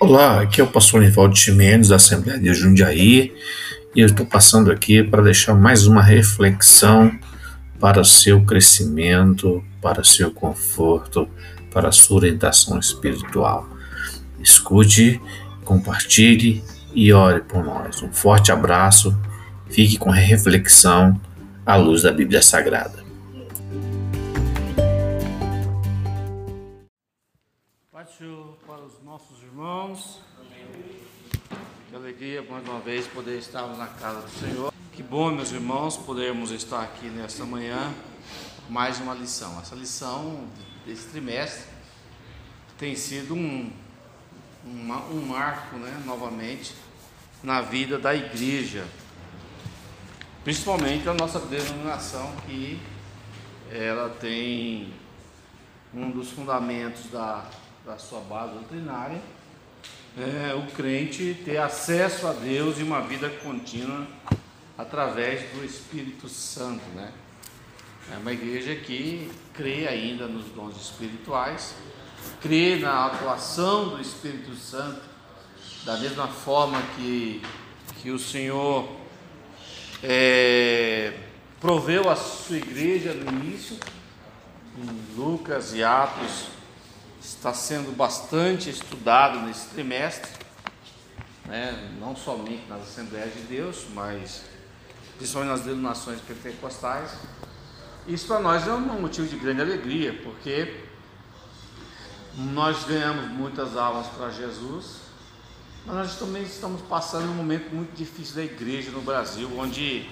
Olá, aqui é o pastor Nivaldo Ximenes, da Assembleia de Jundiaí, e eu estou passando aqui para deixar mais uma reflexão para o seu crescimento, para o seu conforto, para a sua orientação espiritual. Escute, compartilhe e ore por nós. Um forte abraço, fique com a reflexão à luz da Bíblia Sagrada. Partiu para os nossos irmãos. Que alegria mais uma vez poder estarmos na casa do Senhor. Que bom, meus irmãos, podermos estar aqui nesta manhã. Mais uma lição. Essa lição desse trimestre tem sido um marco, novamente, na vida da igreja. Principalmente a nossa denominação, que ela tem um dos fundamentos da sua base doutrinária, o crente ter acesso a Deus e uma vida contínua através do Espírito Santo, É uma igreja que crê ainda nos dons espirituais, crê na atuação do Espírito Santo, da mesma forma que o Senhor proveu a sua igreja no início, em Lucas e Atos. Está sendo bastante estudado nesse trimestre, não somente nas Assembleias de Deus, mas principalmente nas denominações pentecostais. Isso para nós é um motivo de grande alegria, porque nós ganhamos muitas almas para Jesus, mas nós também estamos passando um momento muito difícil da igreja no Brasil, onde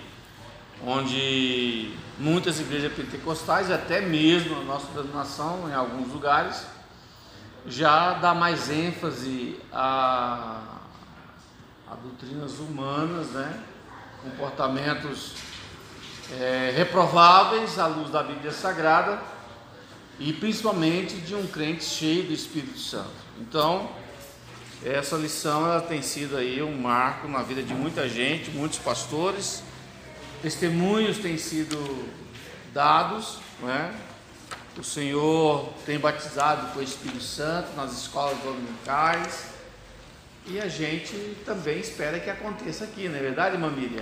muitas igrejas pentecostais, e até mesmo a nossa denominação em alguns lugares, já dá mais ênfase a doutrinas humanas, comportamentos reprováveis à luz da Bíblia Sagrada, e principalmente de um crente cheio do Espírito Santo. Então, essa lição ela tem sido aí um marco na vida de muita gente, muitos pastores. Testemunhos têm sido dados, O Senhor tem batizado com o Espírito Santo nas escolas dominicais, e a gente também espera que aconteça aqui, não é verdade, irmã Miriam?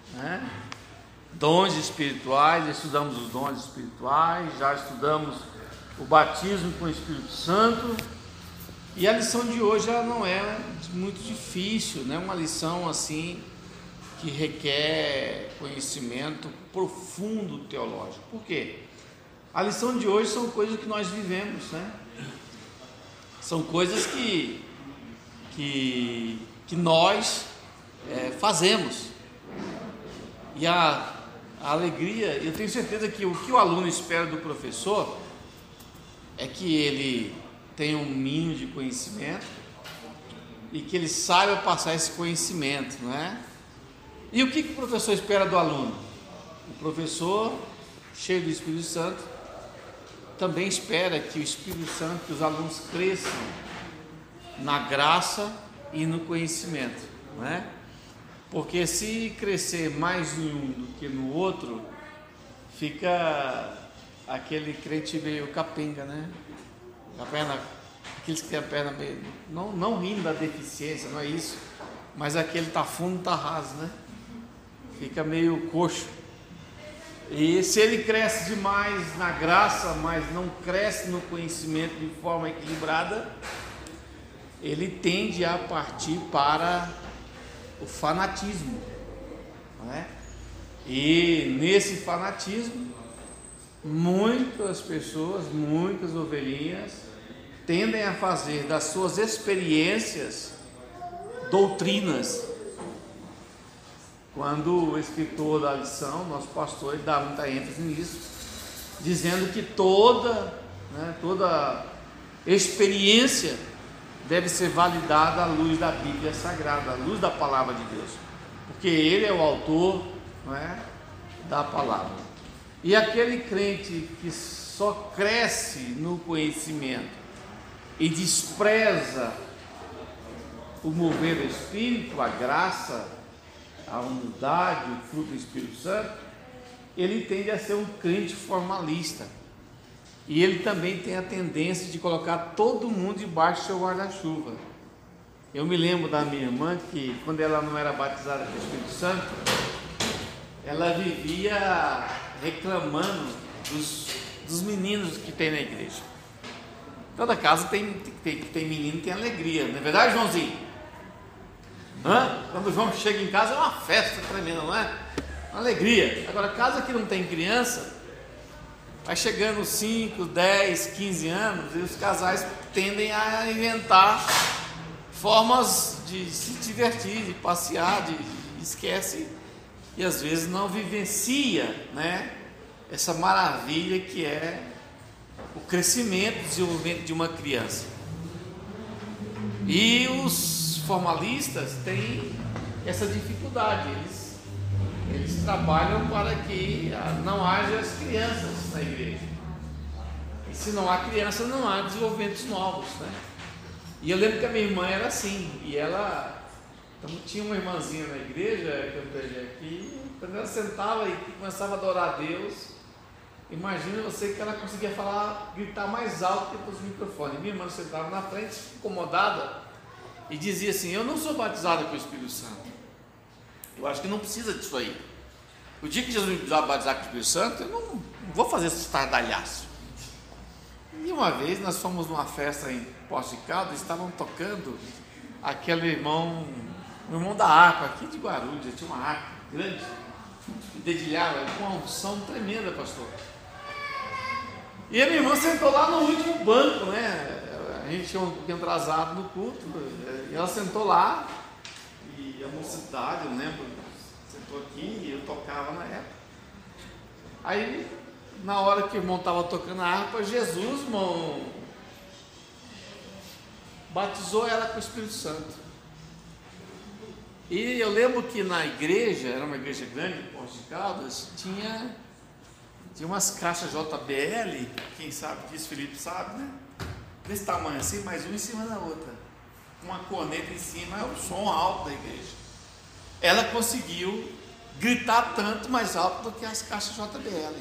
Dons espirituais, estudamos os dons espirituais, já estudamos o batismo com o Espírito Santo, e a lição de hoje ela não é muito difícil, uma lição assim que requer conhecimento profundo teológico. Por quê? A lição de hoje são coisas que nós vivemos, São coisas que nós fazemos. E a alegria, eu tenho certeza que o que o aluno espera do professor é que ele tenha um mínimo de conhecimento e que ele saiba passar esse conhecimento, E o que o professor espera do aluno? O professor, cheio do Espírito Santo, também espera que o Espírito Santo, que os alunos cresçam na graça e no conhecimento, Porque se crescer mais em um do que no outro, fica aquele crente meio capenga, A perna, aqueles que têm a perna meio, não rindo da deficiência, não é isso, mas aquele está fundo, está raso, Fica meio coxo. E se ele cresce demais na graça, mas não cresce no conhecimento de forma equilibrada, ele tende a partir para o fanatismo, E nesse fanatismo, muitas pessoas, muitas ovelhinhas, tendem a fazer das suas experiências doutrinas. Quando o escritor da lição, nosso pastor, ele dá muita ênfase nisso, dizendo que toda experiência deve ser validada à luz da Bíblia Sagrada, à luz da Palavra de Deus, porque ele é o autor, da Palavra. E aquele crente que só cresce no conhecimento e despreza o mover do Espírito, a graça, a humildade, o fruto do Espírito Santo, ele tende a ser um crente formalista, e ele também tem a tendência de colocar todo mundo debaixo do seu guarda-chuva. Eu me lembro da minha irmã que, quando ela não era batizada com o Espírito Santo, ela vivia reclamando dos meninos que tem na igreja. Toda casa tem menino, tem alegria, não é verdade, Joãozinho? Quando o João chega em casa é uma festa tremenda, não é? Uma alegria. Agora, casa que não tem criança, vai chegando 5, 10, 15 anos e os casais tendem a inventar formas de se divertir, de passear, esquece e às vezes não vivencia, né, essa maravilha que é o crescimento, o desenvolvimento de uma criança. E os formalistas têm essa dificuldade, eles trabalham para que não haja as crianças na igreja. E se não há criança, não há desenvolvimentos novos, né? E eu lembro que a minha irmã era assim, e ela tinha uma irmãzinha na igreja, que eu peguei aqui, quando ela sentava e começava a adorar a Deus, imagina você que ela conseguia falar, gritar mais alto que os microfones. Minha irmã sentava na frente, incomodada, e dizia assim: eu não sou batizada com o Espírito Santo, eu acho que não precisa disso aí. O dia que Jesus me precisar batizar com o Espírito Santo, eu não vou fazer esse estardalhaço. E uma vez nós fomos numa festa em Poços de Caldas, estavam tocando aquele irmão, o irmão da harpa aqui de Guarulhos, tinha uma harpa grande, e dedilhava com uma unção tremenda, pastor. E a minha irmã sentou lá no último banco, né? A gente tinha um pouquinho atrasado no culto, e ela sentou lá, e a mocidade, eu lembro, sentou aqui, e eu tocava na época. Aí, na hora que o irmão estava tocando a harpa, Jesus, irmão, batizou ela com o Espírito Santo. E eu lembro que na igreja, era uma igreja grande, Poços de Caldas, tinha umas caixas JBL, quem sabe disso, Felipe sabe, né? Desse tamanho assim, mais uma em cima da outra, uma corneta em cima, é o som alto da igreja. Ela conseguiu gritar tanto mais alto do que as caixas JBL.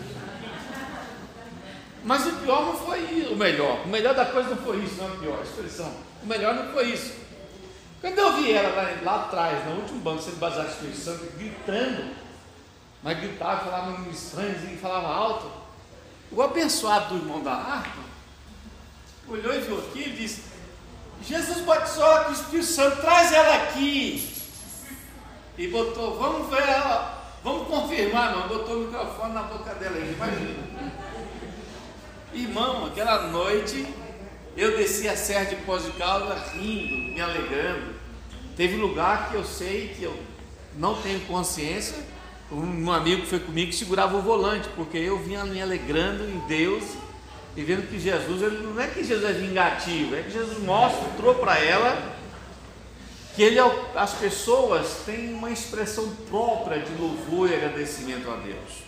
Mas o pior não foi o melhor da coisa não foi isso, não é o pior, a expressão. O melhor não foi isso. Quando eu vi ela lá atrás, no último banco, sendo batizada com o Espírito Santo, gritando, mas gritava, falava em estranhos e falava alto, o abençoado do irmão da harpa olhou e viu aqui e disse: Jesus batizou ela com o Espírito Santo, traz ela aqui. E botou, vamos ver ela, vamos confirmar, não, botou o microfone na boca dela, imagina. Irmão, aquela noite eu desci a serra de Poços de Caldas rindo, me alegrando. Teve lugar que eu sei que eu não tenho consciência, um amigo que foi comigo segurava o volante, porque eu vinha me alegrando em Deus e vendo que Jesus, ele, não é que Jesus é vingativo, é que Jesus mostrou para ela que as pessoas têm uma expressão própria de louvor e agradecimento a Deus.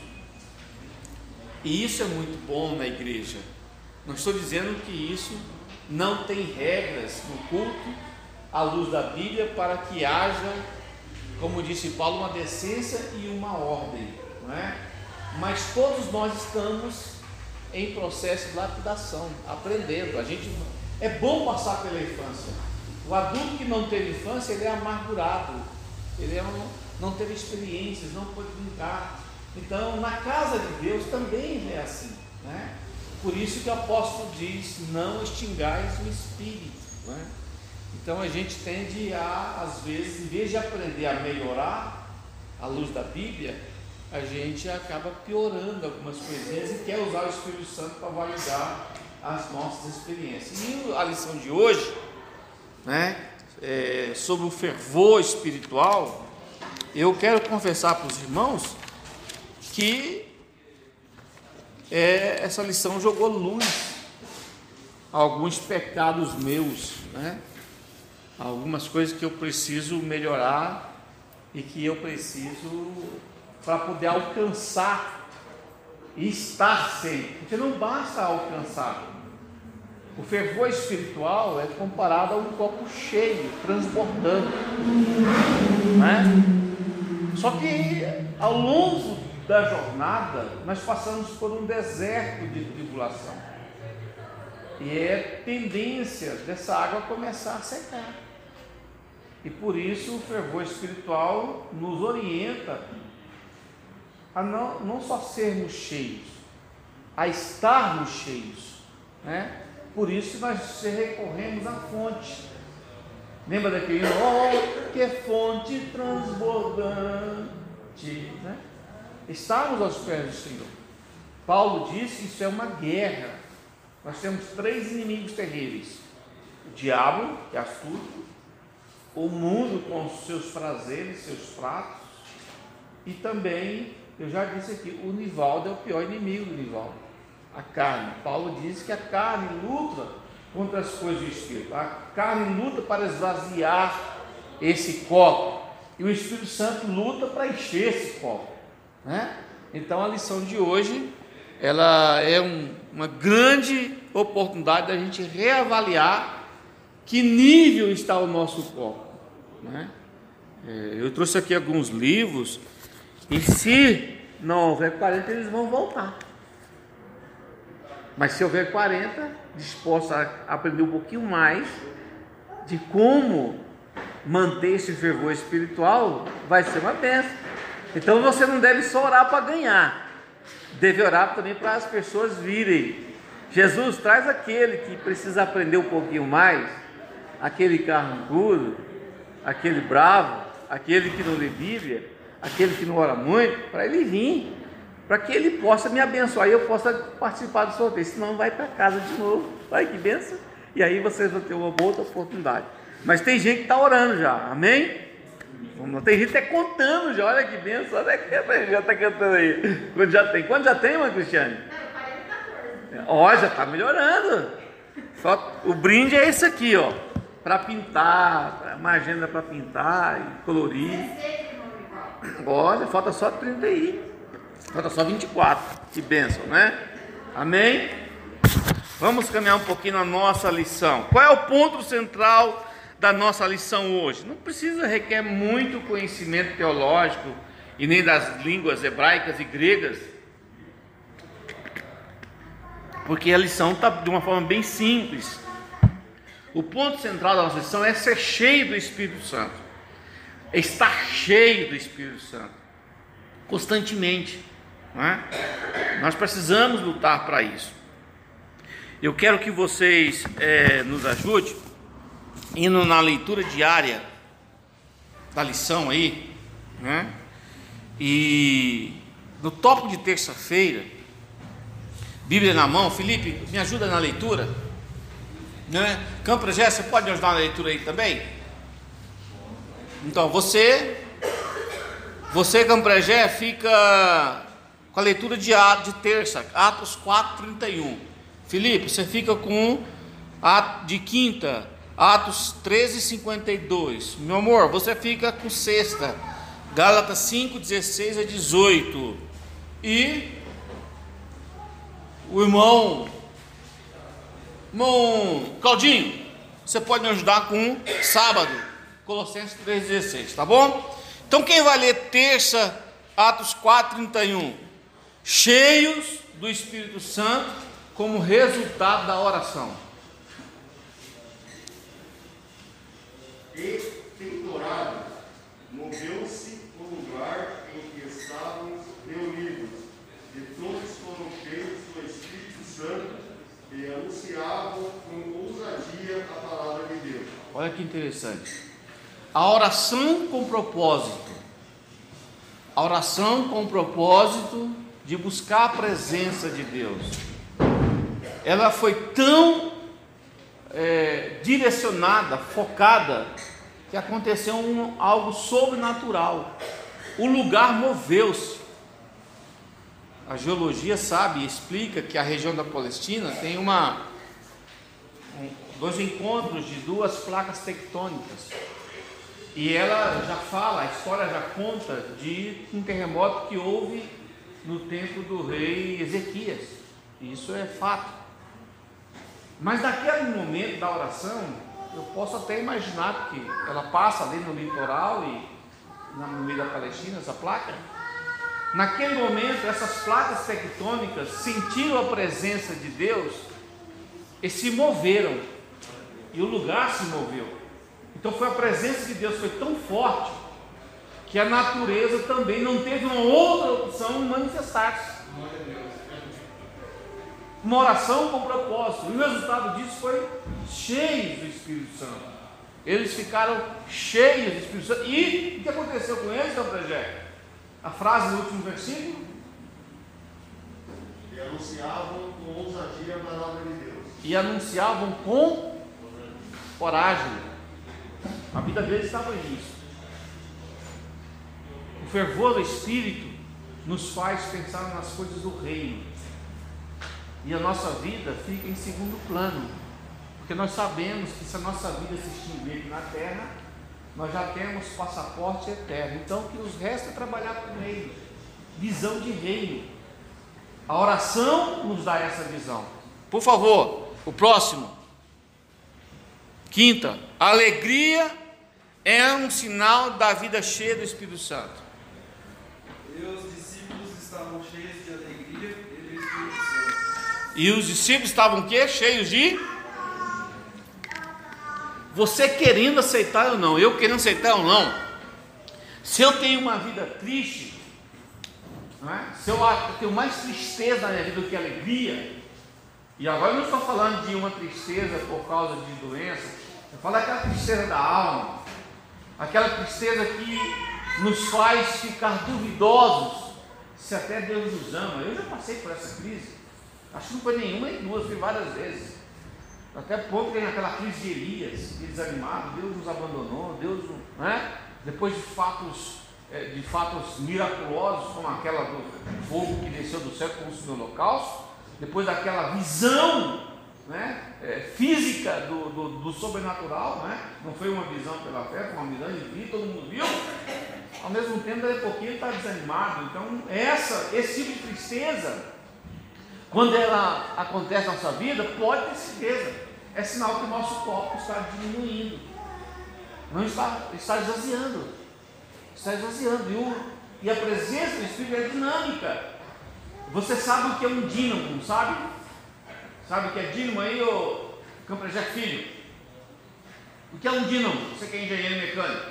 E isso é muito bom na igreja. Não estou dizendo que isso não tem regras no culto à luz da Bíblia para que haja, como disse Paulo, uma decência e uma ordem, não é? Mas todos nós estamos em processo de lapidação, aprendendo. É bom passar pela infância. O adulto que não teve infância, ele é amargurado, ele não teve experiências, não pôde brincar. Então, na casa de Deus também é assim, né? Por isso que o apóstolo diz: não extingais o espírito, né? Então a gente tende a, às vezes, em vez de aprender a melhorar à luz da Bíblia, a gente acaba piorando algumas coisinhas e quer usar o Espírito Santo para validar as nossas experiências. E a lição de hoje, né, sobre o fervor espiritual, eu quero confessar para os irmãos que essa lição jogou luz a alguns pecados meus, né? Algumas coisas que eu preciso melhorar e que eu preciso para poder alcançar e estar sempre, porque não basta alcançar. O fervor espiritual é comparado a um copo cheio, transbordando, né? Só que ao longo da jornada nós passamos por um deserto de tribulação, e é tendência dessa água começar a secar. E por isso o fervor espiritual nos orienta a não só sermos cheios, a estarmos cheios, né? Por isso nós recorremos à fonte. Lembra daquele oh, que fonte transbordante, né? Estarmos aos pés do Senhor. Paulo disse, isso é uma guerra. Nós temos 3 inimigos terríveis: o diabo, que é astuto, o mundo com os seus prazeres, seus pratos, e também, eu já disse aqui, o Nivaldo é o pior inimigo do Nivaldo, a carne. Paulo diz que a carne luta contra as coisas do Espírito. A carne luta para esvaziar esse copo, e o Espírito Santo luta para encher esse copo, né? Então a lição de hoje, ela é uma grande oportunidade da gente reavaliar que nível está o nosso copo, né? Eu trouxe aqui alguns livros, e se não houver 40, eles vão voltar. Mas se houver 40, disposto a aprender um pouquinho mais de como manter esse fervor espiritual, vai ser uma bênção. Então você não deve só orar para ganhar, deve orar também para as pessoas virem. Jesus traz aquele que precisa aprender um pouquinho mais, aquele carrancudo, aquele bravo, aquele que não lê Bíblia, aquele que não ora muito, para ele vir, para que ele possa me abençoar e eu possa participar do sorteio. Senão vai para casa de novo. Vai, que bênção. E aí vocês vão ter uma outra oportunidade. Mas tem gente que está orando já, amém? Não tem gente até contando já, olha que bênção. Olha que já está cantando aí. Quanto já tem, irmã Cristiane? Ó, já está melhorando. Só, o brinde é esse aqui, ó, para pintar, uma agenda para pintar e colorir. Olha, falta só 30 aí. Falta só 24, que bênção, né? Amém? Vamos caminhar um pouquinho na nossa lição. Qual é o ponto central da nossa lição hoje? Não precisa, requer muito conhecimento teológico e nem das línguas hebraicas e gregas, porque a lição está de uma forma bem simples. O ponto central da nossa lição é ser cheio do Espírito Santo, é estar cheio do Espírito Santo constantemente, não é? Nós precisamos lutar para isso. Eu quero que vocês nos ajudem indo na leitura diária da lição aí, né? E no tópico de terça-feira, Bíblia na mão. Felipe, me ajuda na leitura, né? Campos, você pode me ajudar na leitura aí também? Então você Camprejé, fica com a leitura de terça, Atos 4:31. Felipe, você fica com de quinta, Atos 13:52. Meu amor, você fica com sexta, Gálatas 5:16-18. E o irmão Claudinho, você pode me ajudar com sábado, Colossenses 3:16, tá bom? Então quem vai ler terça, Atos 4:31? Cheios do Espírito Santo como resultado da oração. E, tendo orado, moveu-se o lugar em que estávamos reunidos, e todos foram cheios do Espírito Santo e anunciavam com ousadia a palavra de Deus. Olha que interessante. A oração com propósito. A oração com propósito de buscar a presença de Deus. Ela foi tão direcionada, focada, que aconteceu algo sobrenatural. O lugar moveu-se. A geologia sabe e explica que a região da Palestina tem dois encontros de duas placas tectônicas. E ela já fala, a história já conta de um terremoto que houve no tempo do rei Ezequias. Isso é fato. Mas naquele momento da oração, eu posso até imaginar que ela passa ali no litoral e no meio da Palestina, essa placa. Naquele momento, essas placas tectônicas sentiram a presença de Deus e se moveram. E o lugar se moveu. Então a presença de Deus foi tão forte que a natureza também não teve uma outra opção de manifestar-se. Uma oração com propósito. E o resultado disso foi cheios do Espírito Santo. Eles ficaram cheios do Espírito Santo. E o que aconteceu com eles, então, projeto? A frase no último versículo? E anunciavam com ousadia a palavra de Deus. E anunciavam com coragem. A vida deles estava nisso. O fervor do Espírito nos faz pensar nas coisas do reino. E a nossa vida fica em segundo plano. Porque nós sabemos que se a nossa vida se extinguir aqui na terra, nós já temos passaporte eterno. Então o que nos resta é trabalhar com o reino. Visão de reino. A oração nos dá essa visão. Por favor, o próximo. Quinta, a alegria é um sinal da vida cheia do Espírito Santo. E os discípulos estavam cheios de alegria e do Espírito Santo. E os discípulos estavam o quê? Cheios de... Você querendo aceitar ou não, eu querendo aceitar ou não, se eu tenho uma vida triste, não é? Se eu tenho mais tristeza na minha vida do que alegria, e agora eu não estou falando de uma tristeza por causa de doença, eu falo daquela tristeza da alma, aquela tristeza que nos faz ficar duvidosos se até Deus nos ama. Eu já passei por essa crise, acho que não foi nenhuma nem duas, fui várias vezes, até pouco tem aquela crise de Elias, desanimado, Deus nos abandonou, Deus, não é? Depois de fatos miraculosos, como aquela do fogo que desceu do céu como no holocausto, depois daquela visão, né, física do sobrenatural, né? Não foi uma visão pela fé, foi uma visão de vida, todo mundo viu, ao mesmo tempo, daí a pouquinho ele está desanimado. Então esse tipo de tristeza, quando ela acontece na nossa vida, pode ter certeza, é sinal que o nosso copo está diminuindo, não está esvaziando, e a presença do Espírito é dinâmica. Você sabe o que é um dínamo, não sabe? Sabe o que é dínamo aí, ô Camprejé Filho? O que é um dínamo? Você que é engenheiro mecânico,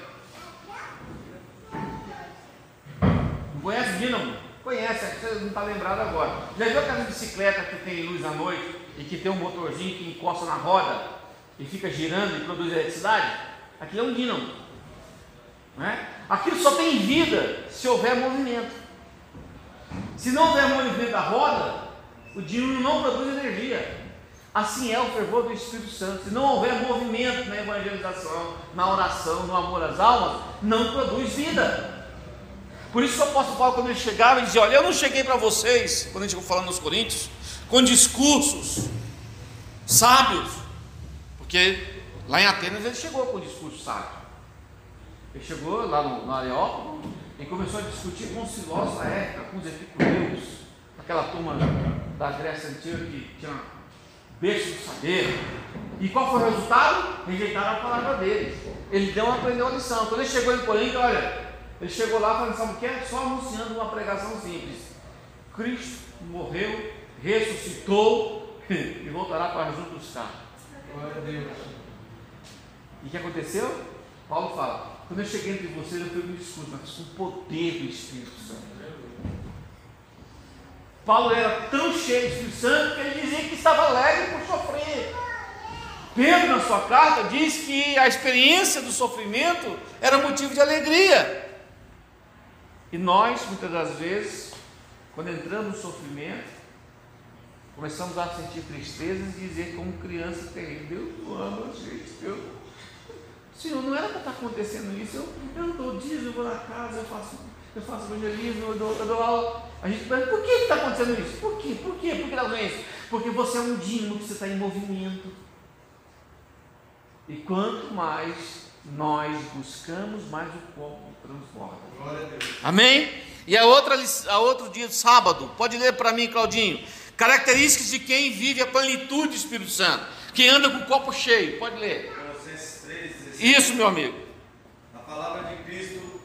não conhece o dínamo? Conhece, você não está lembrado agora. Já viu aquela bicicleta que tem luz à noite e que tem um motorzinho que encosta na roda e fica girando e produz eletricidade? Aquilo é um dínamo, não é? Aquilo só tem vida se houver movimento. Se não houver movimento da roda, o dínamo não produz energia. Assim é o fervor do Espírito Santo. Se não houver movimento na evangelização, na oração, no amor às almas, não produz vida. Por isso o apóstolo Paulo, quando ele chegava, ele dizia: olha, eu não cheguei para vocês, quando a gente ficou falando nos Coríntios, com discursos sábios, porque lá em Atenas ele chegou com um discurso sábio. Ele chegou lá no Areópago e começou a discutir com os filósofos da época, com os epicureus, aquela turma da Grécia Antiga que tinha berço do saber. E qual foi o resultado? Rejeitaram a palavra dele. Ele aprendeu a lição. Quando ele chegou em Corinto, olha, ele chegou lá falando, sabe o que é? Só anunciando uma pregação simples: Cristo morreu, ressuscitou e voltará para junto dos carros. Glória a Deus. E o que aconteceu? Paulo fala: quando eu cheguei entre vocês, eu fui no discurso, mas com o poder do Espírito Santo. Paulo era tão cheio do Espírito Santo que ele dizia que estava alegre por sofrer. Pedro, na sua carta, diz que a experiência do sofrimento era motivo de alegria. E nós, muitas das vezes, quando entramos no sofrimento, começamos a sentir tristeza e dizer como criança terrível: Deus não ama, gente, Senhor, não era para estar acontecendo isso. Eu dou dízimo, eu vou na casa, eu faço evangelismo, eu dou aula. A gente pergunta: por que está acontecendo isso? Por quê? Por que está acontecendo isso? Porque você é um dínamo, que você está em movimento. E quanto mais nós buscamos, mais o corpo transborda. Glória a Deus. Amém? E a outro dia, sábado, pode ler para mim, Claudinho. Características de quem vive a plenitude do Espírito Santo, quem anda com o copo cheio. Pode ler. Colossenses 3:16. Isso, meu amigo. A palavra de Cristo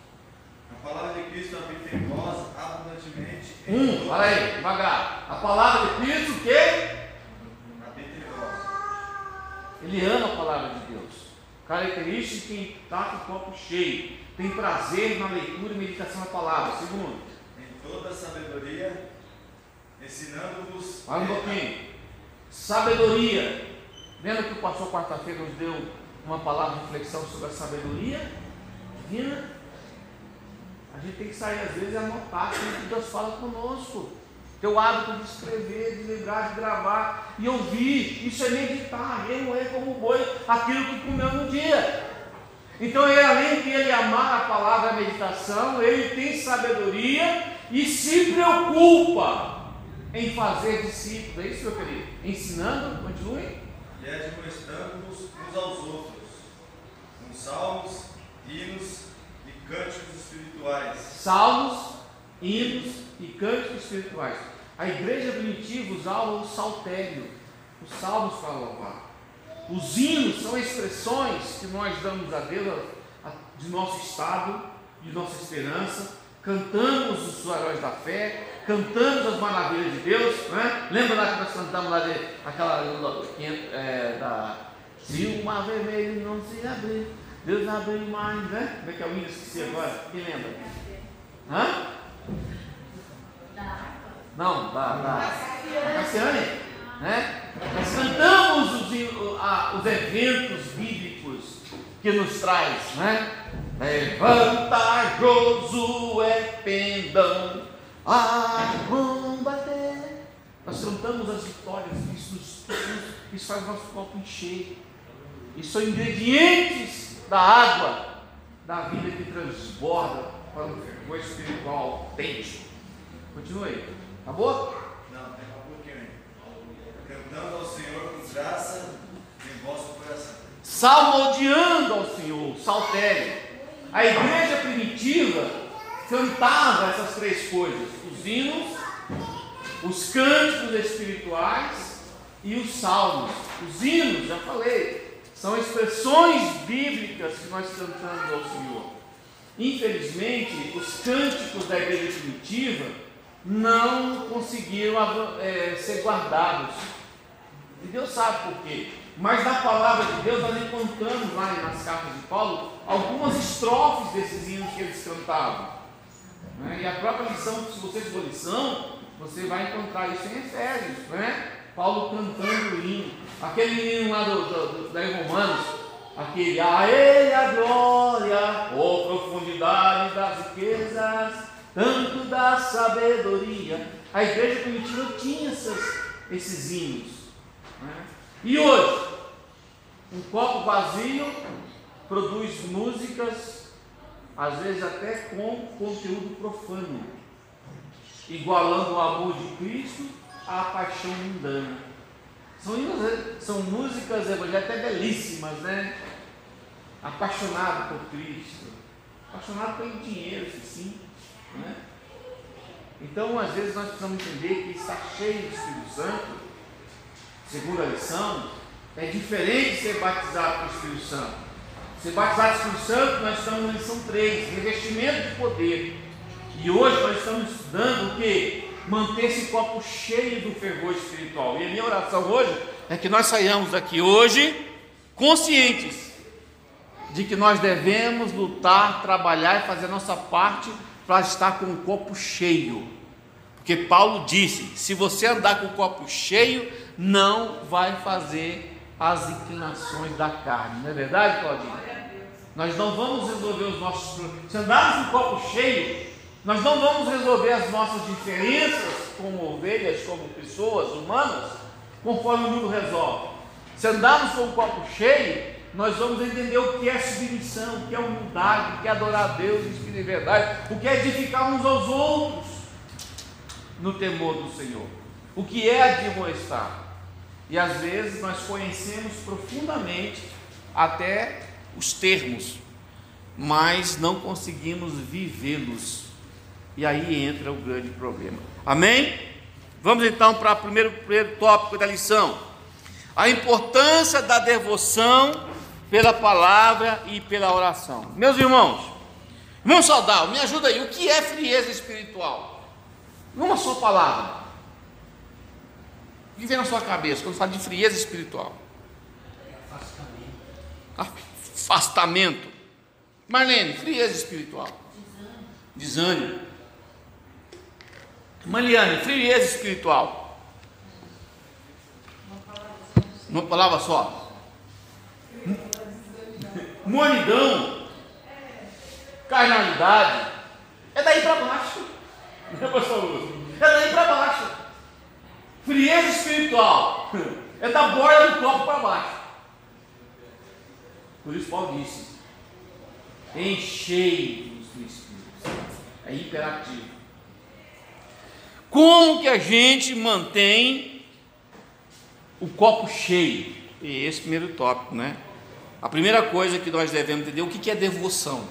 habita em vós abundantemente. Fala aí, devagar. A palavra de Cristo, o quê? Habita em vós. Ele ama a palavra de Deus. característica de quem está com o copo cheio, tem prazer na leitura e meditação da palavra. Segundo, em toda sabedoria, ensinando-vos. fala um pouquinho. Sabedoria. Lembra que o pastor quarta-feira nos deu uma palavra de reflexão sobre a sabedoria divina? A gente tem que sair às vezes e anotar aquilo que Deus fala conosco. Ter o hábito de escrever, de lembrar, de gravar e ouvir. Isso é meditar. Ele não é como o boi, aquilo que comeu no dia. Então, ele, além de ele amar a palavra, a meditação, ele tem sabedoria e se preocupa em fazer discípulos. É isso, meu querido? Ensinando, continue. E admoestando-nos uns aos outros, com salmos, hinos e cânticos espirituais. Salmos, hinos e cânticos espirituais. A igreja primitiva usava o saltério, os salmos para louvar. Os hinos são expressões que nós damos a Deus de nosso estado, de nossa esperança. Cantamos os heróis da fé, cantamos as maravilhas de Deus, né? Lembra lá que nós cantamos lá se o mar vermelho não se abrir, Deus abriu mais, né? Como é que é o hino? Esqueci agora, quem lembra? Hã? Não, da Cassiane, né? Nós cantamos os eventos bíblicos que nos traz, né? Levanta Josué pendão, a mão bater. Nós cantamos as vitórias, isso faz nosso copo encher. Isso são ingredientes da água da vida que transborda para um fervor espiritual autêntico. Continue. Acabou? Não, tem um pouquinho aí. Cantando ao Senhor com graça em vosso coração. Salmodiando ao Senhor, saltério. A igreja primitiva cantava essas três coisas: os hinos, os cânticos espirituais e os salmos. Os hinos, já falei, são expressões bíblicas que nós cantamos ao Senhor. Infelizmente, os cânticos da igreja primitiva não conseguiram ser guardados. E Deus sabe por quê. Mas na palavra de Deus nós encontramos lá nas cartas de Paulo algumas estrofes desses hinos que eles cantavam. E a própria lição, se você for lição, você vai encontrar isso em Efésios, né? Paulo cantando o hino, aquele hino lá da Romanos, aquele a Ele a glória, ó profundidade das riquezas, tanto da sabedoria. A igreja primitiva tinha esses hinos, né? E hoje, um copo vazio produz músicas, às vezes até com conteúdo profano, igualando o amor de Cristo à paixão mundana. São músicas evangélicas até belíssimas, né? Apaixonado por Cristo, apaixonado pelo dinheiro, sim, né? Então, às vezes, nós precisamos entender que estar cheio do Espírito Santo, segundo a lição, é diferente de ser batizado com o Espírito Santo. Ser batizado com o Espírito Santo, nós estamos na lição 3, revestimento de poder. E hoje nós estamos estudando o quê? Manter esse copo cheio do fervor espiritual. E a minha oração hoje é que nós saiamos daqui hoje conscientes de que nós devemos lutar, trabalhar e fazer a nossa parte para estar com o copo cheio. Porque Paulo disse: se você andar com o copo cheio, não vai fazer as inclinações da carne. Não é verdade, Claudinho? Nós não vamos resolver os nossos problemas. Se andarmos com o copo cheio, nós não vamos resolver as nossas diferenças como ovelhas, como pessoas humanas, conforme o mundo resolve. Se andarmos com o copo cheio, nós vamos entender o que é submissão, o que é humildade, o que é adorar a Deus em espírito e verdade, o que é edificar uns aos outros no temor do Senhor, o que é admoestar. E às vezes nós conhecemos profundamente até os termos, mas não conseguimos vivê-los. E aí entra o grande problema. Amém? Vamos então para o primeiro tópico da lição: a importância da devoção pela palavra e pela oração. Meus irmãos Saudável, me ajuda aí. O que é frieza espiritual? Numa só palavra, o que vem na sua cabeça quando fala de frieza espiritual? afastamento. Marlene, frieza espiritual. Desânimo. Mariane, frieza espiritual. Uma palavra só. Mornidão. Carnalidade. É daí para baixo. Não é, pastor Lúcio? É daí para baixo. Frieza espiritual. É da borda do copo para baixo. Por isso Paulo disse: enchei-vos do Espírito. É imperativo. Como que a gente mantém o copo cheio? E esse primeiro tópico, né? A primeira coisa que nós devemos entender, o que é devoção.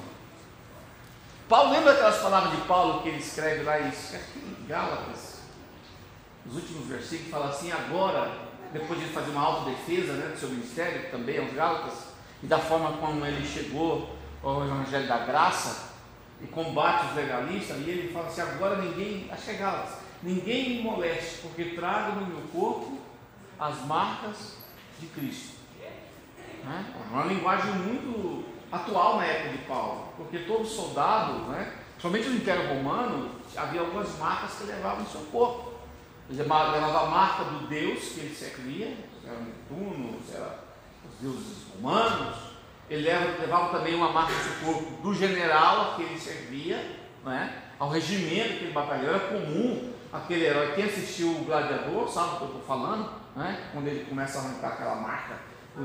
Paulo, lembra aquelas palavras de Paulo que ele escreve lá em Gálatas, nos últimos versículos, fala assim: agora, depois de fazer uma autodefesa, né, do seu ministério, também aos Gálatas, e da forma como ele chegou ao Evangelho da Graça, e combate os legalistas, e ele fala assim: agora ninguém, acho que é Gálatas, ninguém me moleste, porque trago no meu corpo as marcas de Cristo. Né? É uma linguagem muito atual na época de Paulo, porque todo soldado, né, somente no Império Romano, havia algumas marcas que levavam em seu corpo. Ele levava a marca do Deus que ele servia, era Netuno, era os deuses romanos. Ele levava também uma marca no seu corpo do general a que ele servia, né, ao regimento que ele batalhou. Era comum aquele herói, quem assistiu o Gladiador sabe o que eu estou falando, né? Quando ele começa a arrancar aquela marca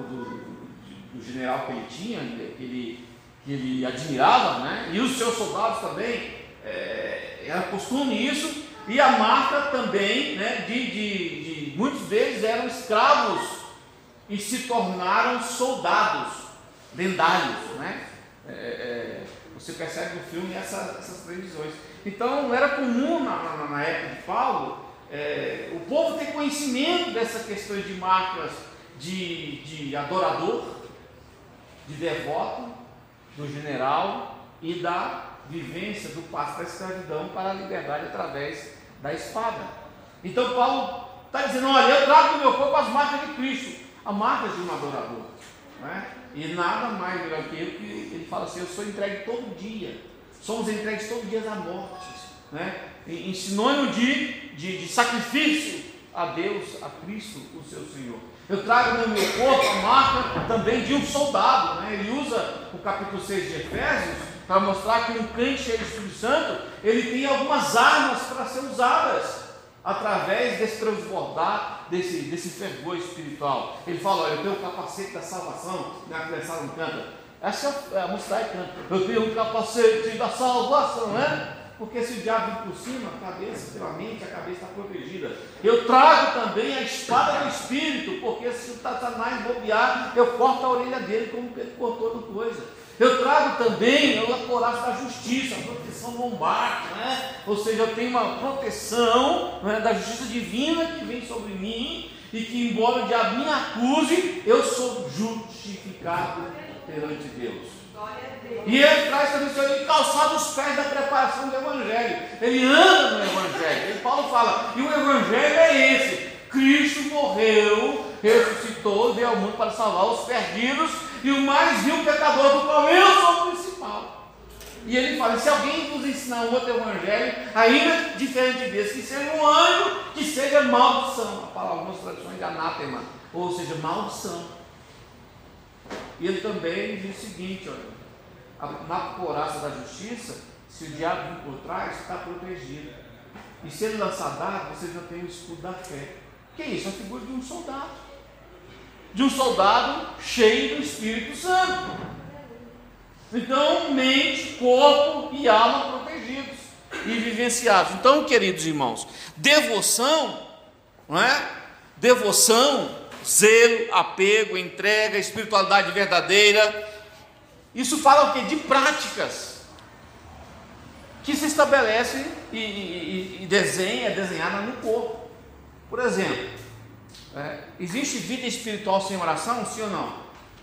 do general que ele tinha, que ele admirava, né? E os seus soldados também, era costume isso, e a marca também, né, de muitos deles eram escravos e se tornaram soldados lendários, né? Você percebe no filme essas previsões. Então era comum na época de Paulo o povo ter conhecimento dessas questões de marcas de adorador, de devoto, do general e da vivência do passo da escravidão para a liberdade através da espada. Então Paulo está dizendo: olha, eu trago no meu corpo as marcas de Cristo, as marcas de um adorador, né? E nada mais do que ele fala assim: eu sou entregue todo dia, somos entregues todo dia à morte, né? Em sinônimo de sacrifício a Deus, a Cristo, o seu Senhor. Eu trago no meu corpo a marca também de um soldado, né? Ele usa o capítulo 6 de Efésios para mostrar que um crente cheio do Espírito Santo, ele tem algumas armas para ser usadas através desse transbordar, desse fervor espiritual. Ele fala: olha, eu tenho o capacete da salvação, né? A criançada não canta, essa é a mocidade que canta, eu tenho o capacete da salvação, né? Porque se o diabo vir por cima, a cabeça, pela mente, a cabeça está protegida. Eu trago também a espada do Espírito, porque se o Satanás bobear, eu corto a orelha dele como ele cortou no coisa. Eu trago também a couraça da justiça, a proteção lombar, né? Ou seja, eu tenho uma proteção, né, da justiça divina que vem sobre mim, e que, embora o diabo me acuse, eu sou justificado perante Deus. E ele traz também o Senhor calçado os pés da preparação do Evangelho. Ele anda no Evangelho. E Paulo fala: e o Evangelho é esse: Cristo morreu, ressuscitou, veio ao mundo para salvar os perdidos e o mais vil pecador, do qual eu sou o principal. E ele fala: se alguém nos ensinar um outro Evangelho, ainda diferente desse, que seja um anjo, que seja maldição. A palavra, algumas traduções de anátema, ou seja, maldição. E ele também diz o seguinte: olha, na couraça da justiça, se o diabo vir por trás, está protegido. E se ele lançar dardo, você já tem o escudo da fé. Que é isso? É a figura de um soldado. De um soldado cheio do Espírito Santo. Então, mente, corpo e alma protegidos e vivenciados. Então, queridos irmãos, devoção, não é? Devoção, zelo, apego, entrega, espiritualidade verdadeira. Isso fala o quê? De práticas que se estabelece e desenha, é desenhada no corpo. Por exemplo, existe vida espiritual sem oração? Sim ou não?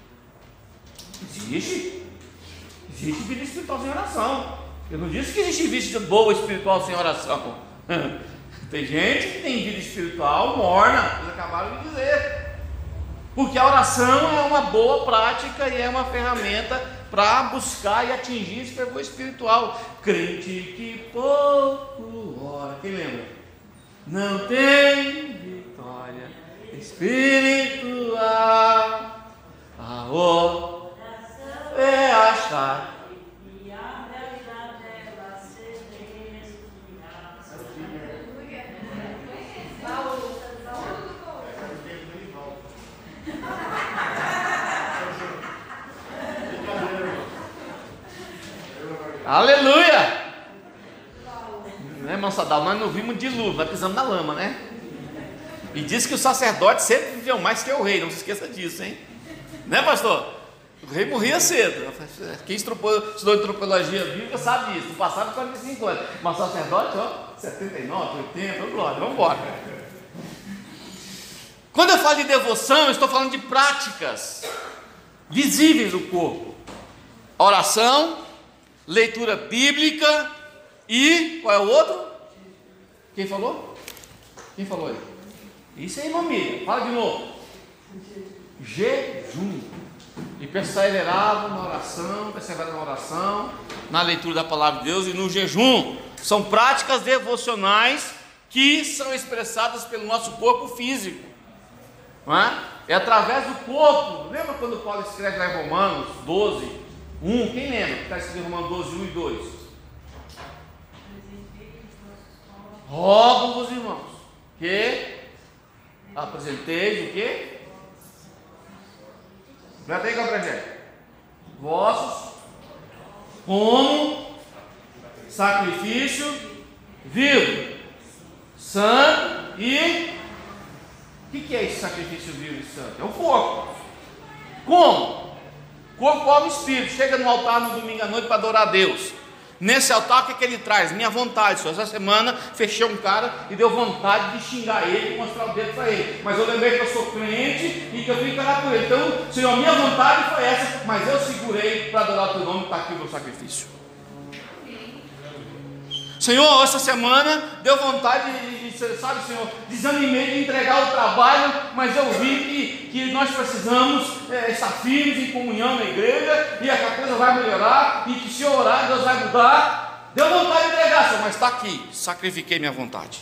Existe. Existe vida espiritual sem oração. Eu não disse que existe vida boa espiritual sem oração. Tem gente que tem vida espiritual morna, vocês acabaram de dizer. Porque a oração é uma boa prática e é uma ferramenta para buscar e atingir esse fervor espiritual. Crente que pouco ora, quem lembra? Não tem vitória espiritual, a oração é achar. Aleluia! Né, irmão Sadal? Nós não vimos dilúvio, nós pisamos na lama, né? E diz que o sacerdote sempre viveu mais que o rei, não se esqueça disso, hein? Né, pastor? O rei morria cedo. Quem estudou antropologia bíblica sabe disso. No passado, 45 anos. Mas o sacerdote, ó, 79, 80, glória, vamos embora. Quando eu falo de devoção, eu estou falando de práticas visíveis do corpo. Oração, leitura bíblica e qual é o outro? Quem falou? Quem falou aí? Isso aí, mamília. Fala de novo. Jejum. E perseveravam na oração, na leitura da palavra de Deus e no jejum. São práticas devocionais que são expressadas pelo nosso corpo físico. Não é? É através do corpo. Lembra quando Paulo escreve lá em Romanos 12, 1? Quem lembra que está escrito em Romanos 12, 1 e 2? Rogo-vos, irmãos, que apresenteis o quê? Já tem Gabriel? Vossos como sacrifício vivo, santo e... O que é esse sacrifício vivo e santo? É o corpo. Como? Corpo, alma e espírito. Chega no altar no domingo à noite para adorar a Deus. Nesse altar, o que ele traz? Minha vontade. Só essa semana fechei um cara e deu vontade de xingar ele e mostrar o dedo para ele. Mas eu lembrei que eu sou crente e que eu tenho que orar por ele. Então, Senhor, a minha vontade foi essa, mas eu segurei para adorar o teu nome e está aqui o meu sacrifício. Senhor, essa semana deu vontade de, sabe, Senhor, desanimei de entregar o trabalho, mas eu vi que nós precisamos estar firmes em comunhão na igreja, e a coisa vai melhorar, e que se eu orar, Deus vai mudar. Deu vontade de entregar, Senhor, mas está aqui, sacrifiquei minha vontade.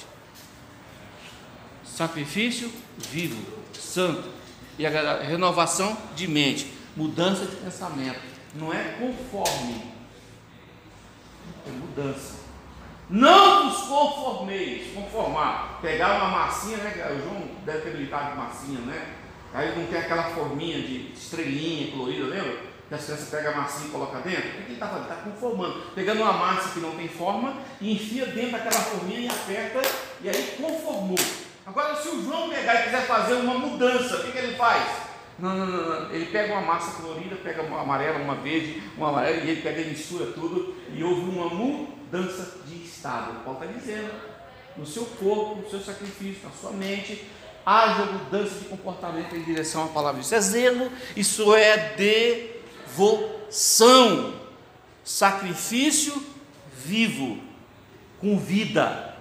Sacrifício vivo, santo, e a renovação de mente, mudança de pensamento, não é conforme, é mudança. Não vos conformeis, conformar, pegar uma massinha, né? O João deve ter brincado de massinha, né? Aí não tem aquela forminha de estrelinha colorida, lembra? Que as crianças pegam a massinha e colocam dentro. O que ele está fazendo? Está conformando, pegando uma massa que não tem forma e enfia dentro daquela forminha e aperta, e aí conformou. Agora, se o João pegar e quiser fazer uma mudança, o que ele faz? Não. Ele pega uma massa colorida, pega uma amarela, uma verde, uma amarela, e ele pega e mistura tudo, e houve uma mudança de estado. Paulo está dizendo, no seu corpo, no seu sacrifício, na sua mente, haja mudança de comportamento em direção à palavra. Isso é zelo, isso é devoção, sacrifício vivo, com vida.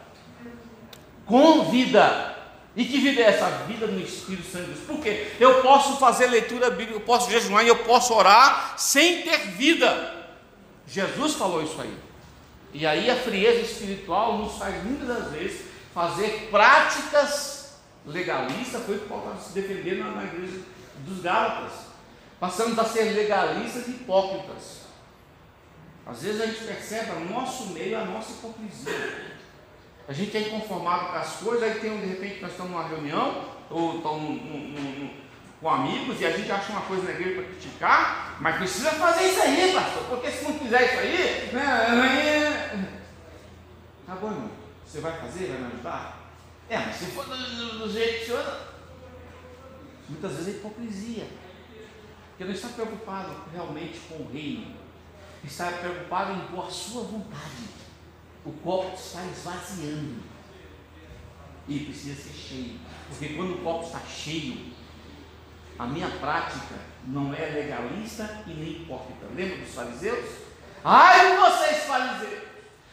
E que vida é essa? Vida no Espírito Santo de Deus. Por quê? Eu posso fazer leitura bíblica, eu posso jejuar e eu posso orar sem ter vida. Jesus falou isso aí. E aí a frieza espiritual nos faz muitas das vezes fazer práticas legalistas. Foi o que Paulo estava se defendendo na igreja dos Gálatas. Passamos a ser legalistas e hipócritas. Às vezes a gente percebe no nosso meio a nossa hipocrisia. A gente é inconformado com as coisas, aí de repente nós estamos numa reunião, ou estamos com amigos, e a gente acha uma coisa na igreja para criticar, mas precisa fazer isso aí, pastor, porque se não fizer isso aí, né? Tá bom, irmão, você vai fazer, vai me ajudar? Mas se for do jeito que o senhor... Muitas vezes é hipocrisia, porque não está preocupado realmente com o reino, está preocupado em pôr a sua vontade. O copo está esvaziando e precisa ser cheio, porque quando o copo está cheio, a minha prática não é legalista e nem hipócrita. Lembra dos fariseus? Ai, vocês fariseus,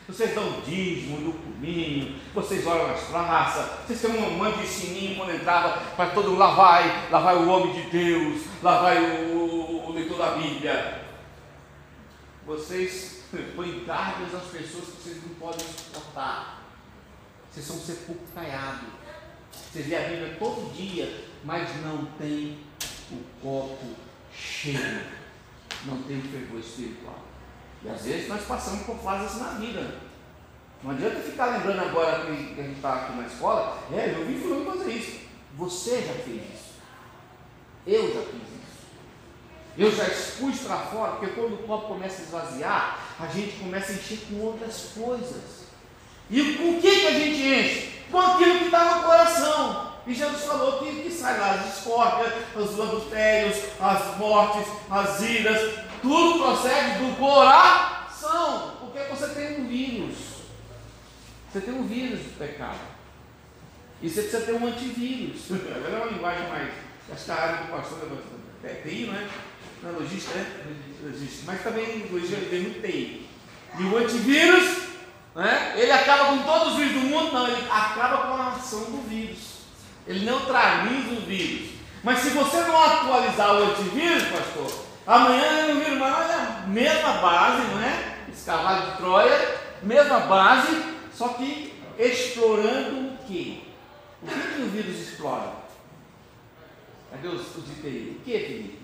vocês dão dízimo no cominho, vocês oram nas praças, vocês têm um monte de sininho quando entrava, para todo mundo, lá vai o homem de Deus, lá vai o leitor da Bíblia. Vocês põem cargas às pessoas que vocês não podem suportar. Vocês são um sepulcro caiado. Vocês lêem a Bíblia todo dia, mas não tem o copo cheio, não tem o fervor espiritual. E às vezes nós passamos por fases assim na vida. Não adianta ficar lembrando agora que a gente está aqui na escola, eu vi fulano fazer isso. Você já fez isso. Eu já fiz isso. Eu já expus para fora, porque quando o copo começa a esvaziar, a gente começa a encher com outras coisas. E com o que a gente enche? Com aquilo que está no coração. E Jesus falou que sai lá as discórdias, os adultérios, as mortes, as iras, tudo procede do coração. Porque você tem um vírus. Você tem um vírus do pecado. E você precisa ter um antivírus. Agora é uma linguagem mais. Acho que a área do pastor é TI, não é? Não é logística, né? Logística. Mas também logística vem no TI. E o antivírus, né? Ele acaba com todos os vírus do mundo? Não, ele acaba com a ação do vírus. Ele neutraliza o vírus. Mas se você não atualizar o antivírus, pastor, amanhã o vírus, olha, mesma base, não é? Esse cavalo de Troia, mesma base, só que explorando o quê? O que o vírus explora? Cadê os de TI? O que, Felipe?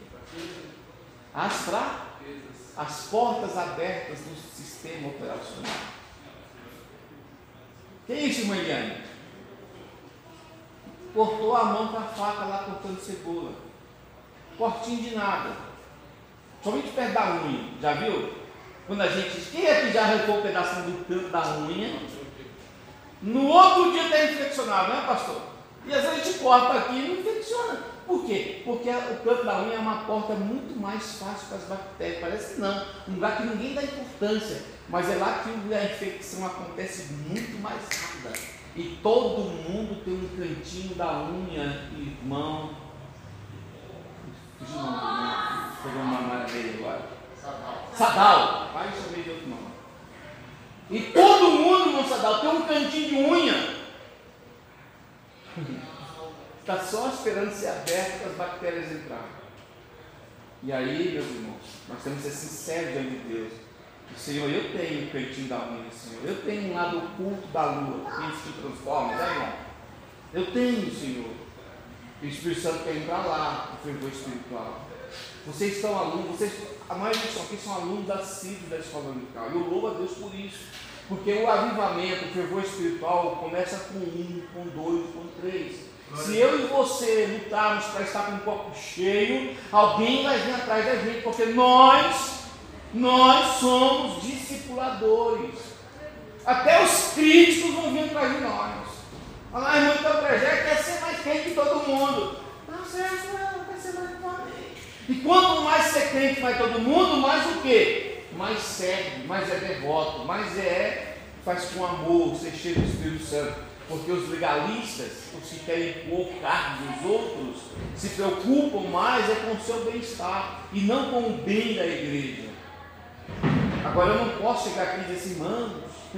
As portas abertas do sistema operacional. Que é isso, irmã Eliane? Cortou a mão com a faca lá cortando cebola. Cortinho de nada. Somente perto da unha. Já viu? Quando a gente... Quem é que já arrancou um pedacinho do canto da unha? No outro dia está infeccionado, não é, pastor? E às vezes a gente corta aqui e não infecciona. Por quê? Porque o canto da unha é uma porta muito mais fácil para as bactérias. Parece que não. Um lugar que ninguém dá importância. Mas é lá que a infecção acontece muito mais rápida. E todo mundo tem um cantinho da unha, irmão. Fugiu o nome do irmão. Pegou uma memória dele agora. Sadal. Vai chamei de outro nome. E todo mundo no Sadal tem um cantinho de unha. Está só esperando ser aberto para as bactérias entrarem. E aí, meus irmãos, nós temos que ser sinceros diante de Deus. Senhor, eu tenho o cantinho da unha, Senhor. Eu tenho um lado oculto da lua, que se transforma, né, irmão? Eu tenho, Senhor. O Espírito Santo quer entrar lá, o fervor espiritual. Vocês são alunos, a maioria aqui são alunos assíduos da escola dominical. Eu louvo a Deus por isso. Porque o avivamento, o fervor espiritual começa com 1, com 2, com 3. Se eu e você lutarmos para estar com um copo cheio, alguém vai vir atrás da gente, porque nós somos discipuladores. Até os críticos vão vir atrás de nós. Olha lá, irmão, então o projeto quer ser mais crente que todo mundo. Tá certo, não, quer ser mais crente. E quanto mais ser crente vai todo mundo, mais o quê? Mais segue, mais é devoto, mais faz com amor, ser cheio do Espírito Santo. Porque os legalistas, os que querem impor cargos dos outros, se preocupam mais com o seu bem-estar e não com o bem da igreja. Agora eu não posso chegar aqui e dizer assim, irmãos,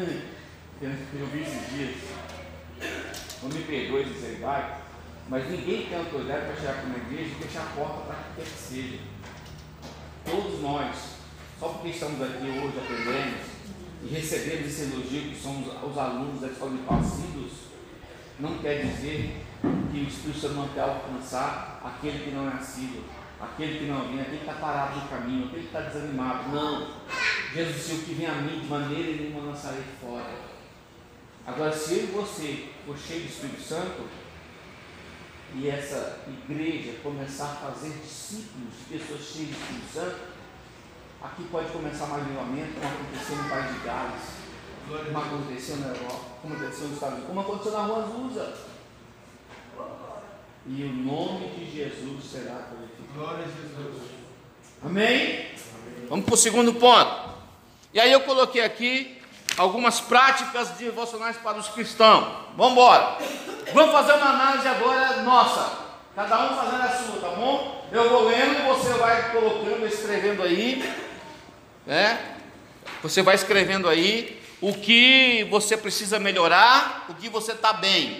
eu vi esses dias, não me perdoe de dizer vai, mas ninguém tem autoridade para chegar para uma igreja e fechar a porta para quem quer que seja. Todos nós, só porque estamos aqui hoje aprendendo e recebemos esse elogio que somos os alunos da escola de assíduos, não quer dizer que o Espírito Santo não quer alcançar aquele que não é assíduo, aquele que não vem, aquele que está parado no caminho, aquele que está desanimado. Não. Jesus disse, o que vem a mim de maneira nenhuma não lançarei fora. Agora, se eu e você for cheio do Espírito Santo e essa igreja começar a fazer discípulos de pessoas cheias do Espírito Santo, aqui pode começar mais avivamento, como aconteceu no país de Gales, como aconteceu na Europa, como aconteceu nos Estados Unidos, como aconteceu na Rua Azusa. E o nome de Jesus será glorificado. Glória a Jesus. Amém? Vamos para o segundo ponto. E aí eu coloquei aqui algumas práticas devocionais para os cristãos. Vamos embora. Vamos fazer uma análise agora nossa. Cada um fazendo a sua, tá bom? Eu vou lendo, você vai colocando, escrevendo aí. Você vai escrevendo aí o que você precisa melhorar, o que você está bem.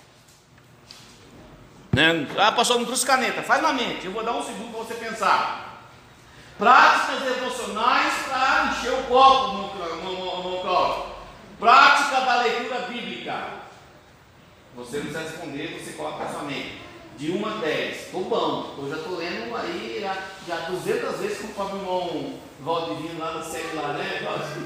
Né? Ah, pastor, não trouxe caneta. Faz na mente, eu vou dar um segundo para você pensar. Práticas devocionais para encher o copo no copo. Prática da leitura bíblica. Você não precisa responder, você coloca na sua mente. De 1 a 10. Estou bom. Eu já estou lendo aí já 200 vezes conforme o irmão Valdivino lá no celular, né?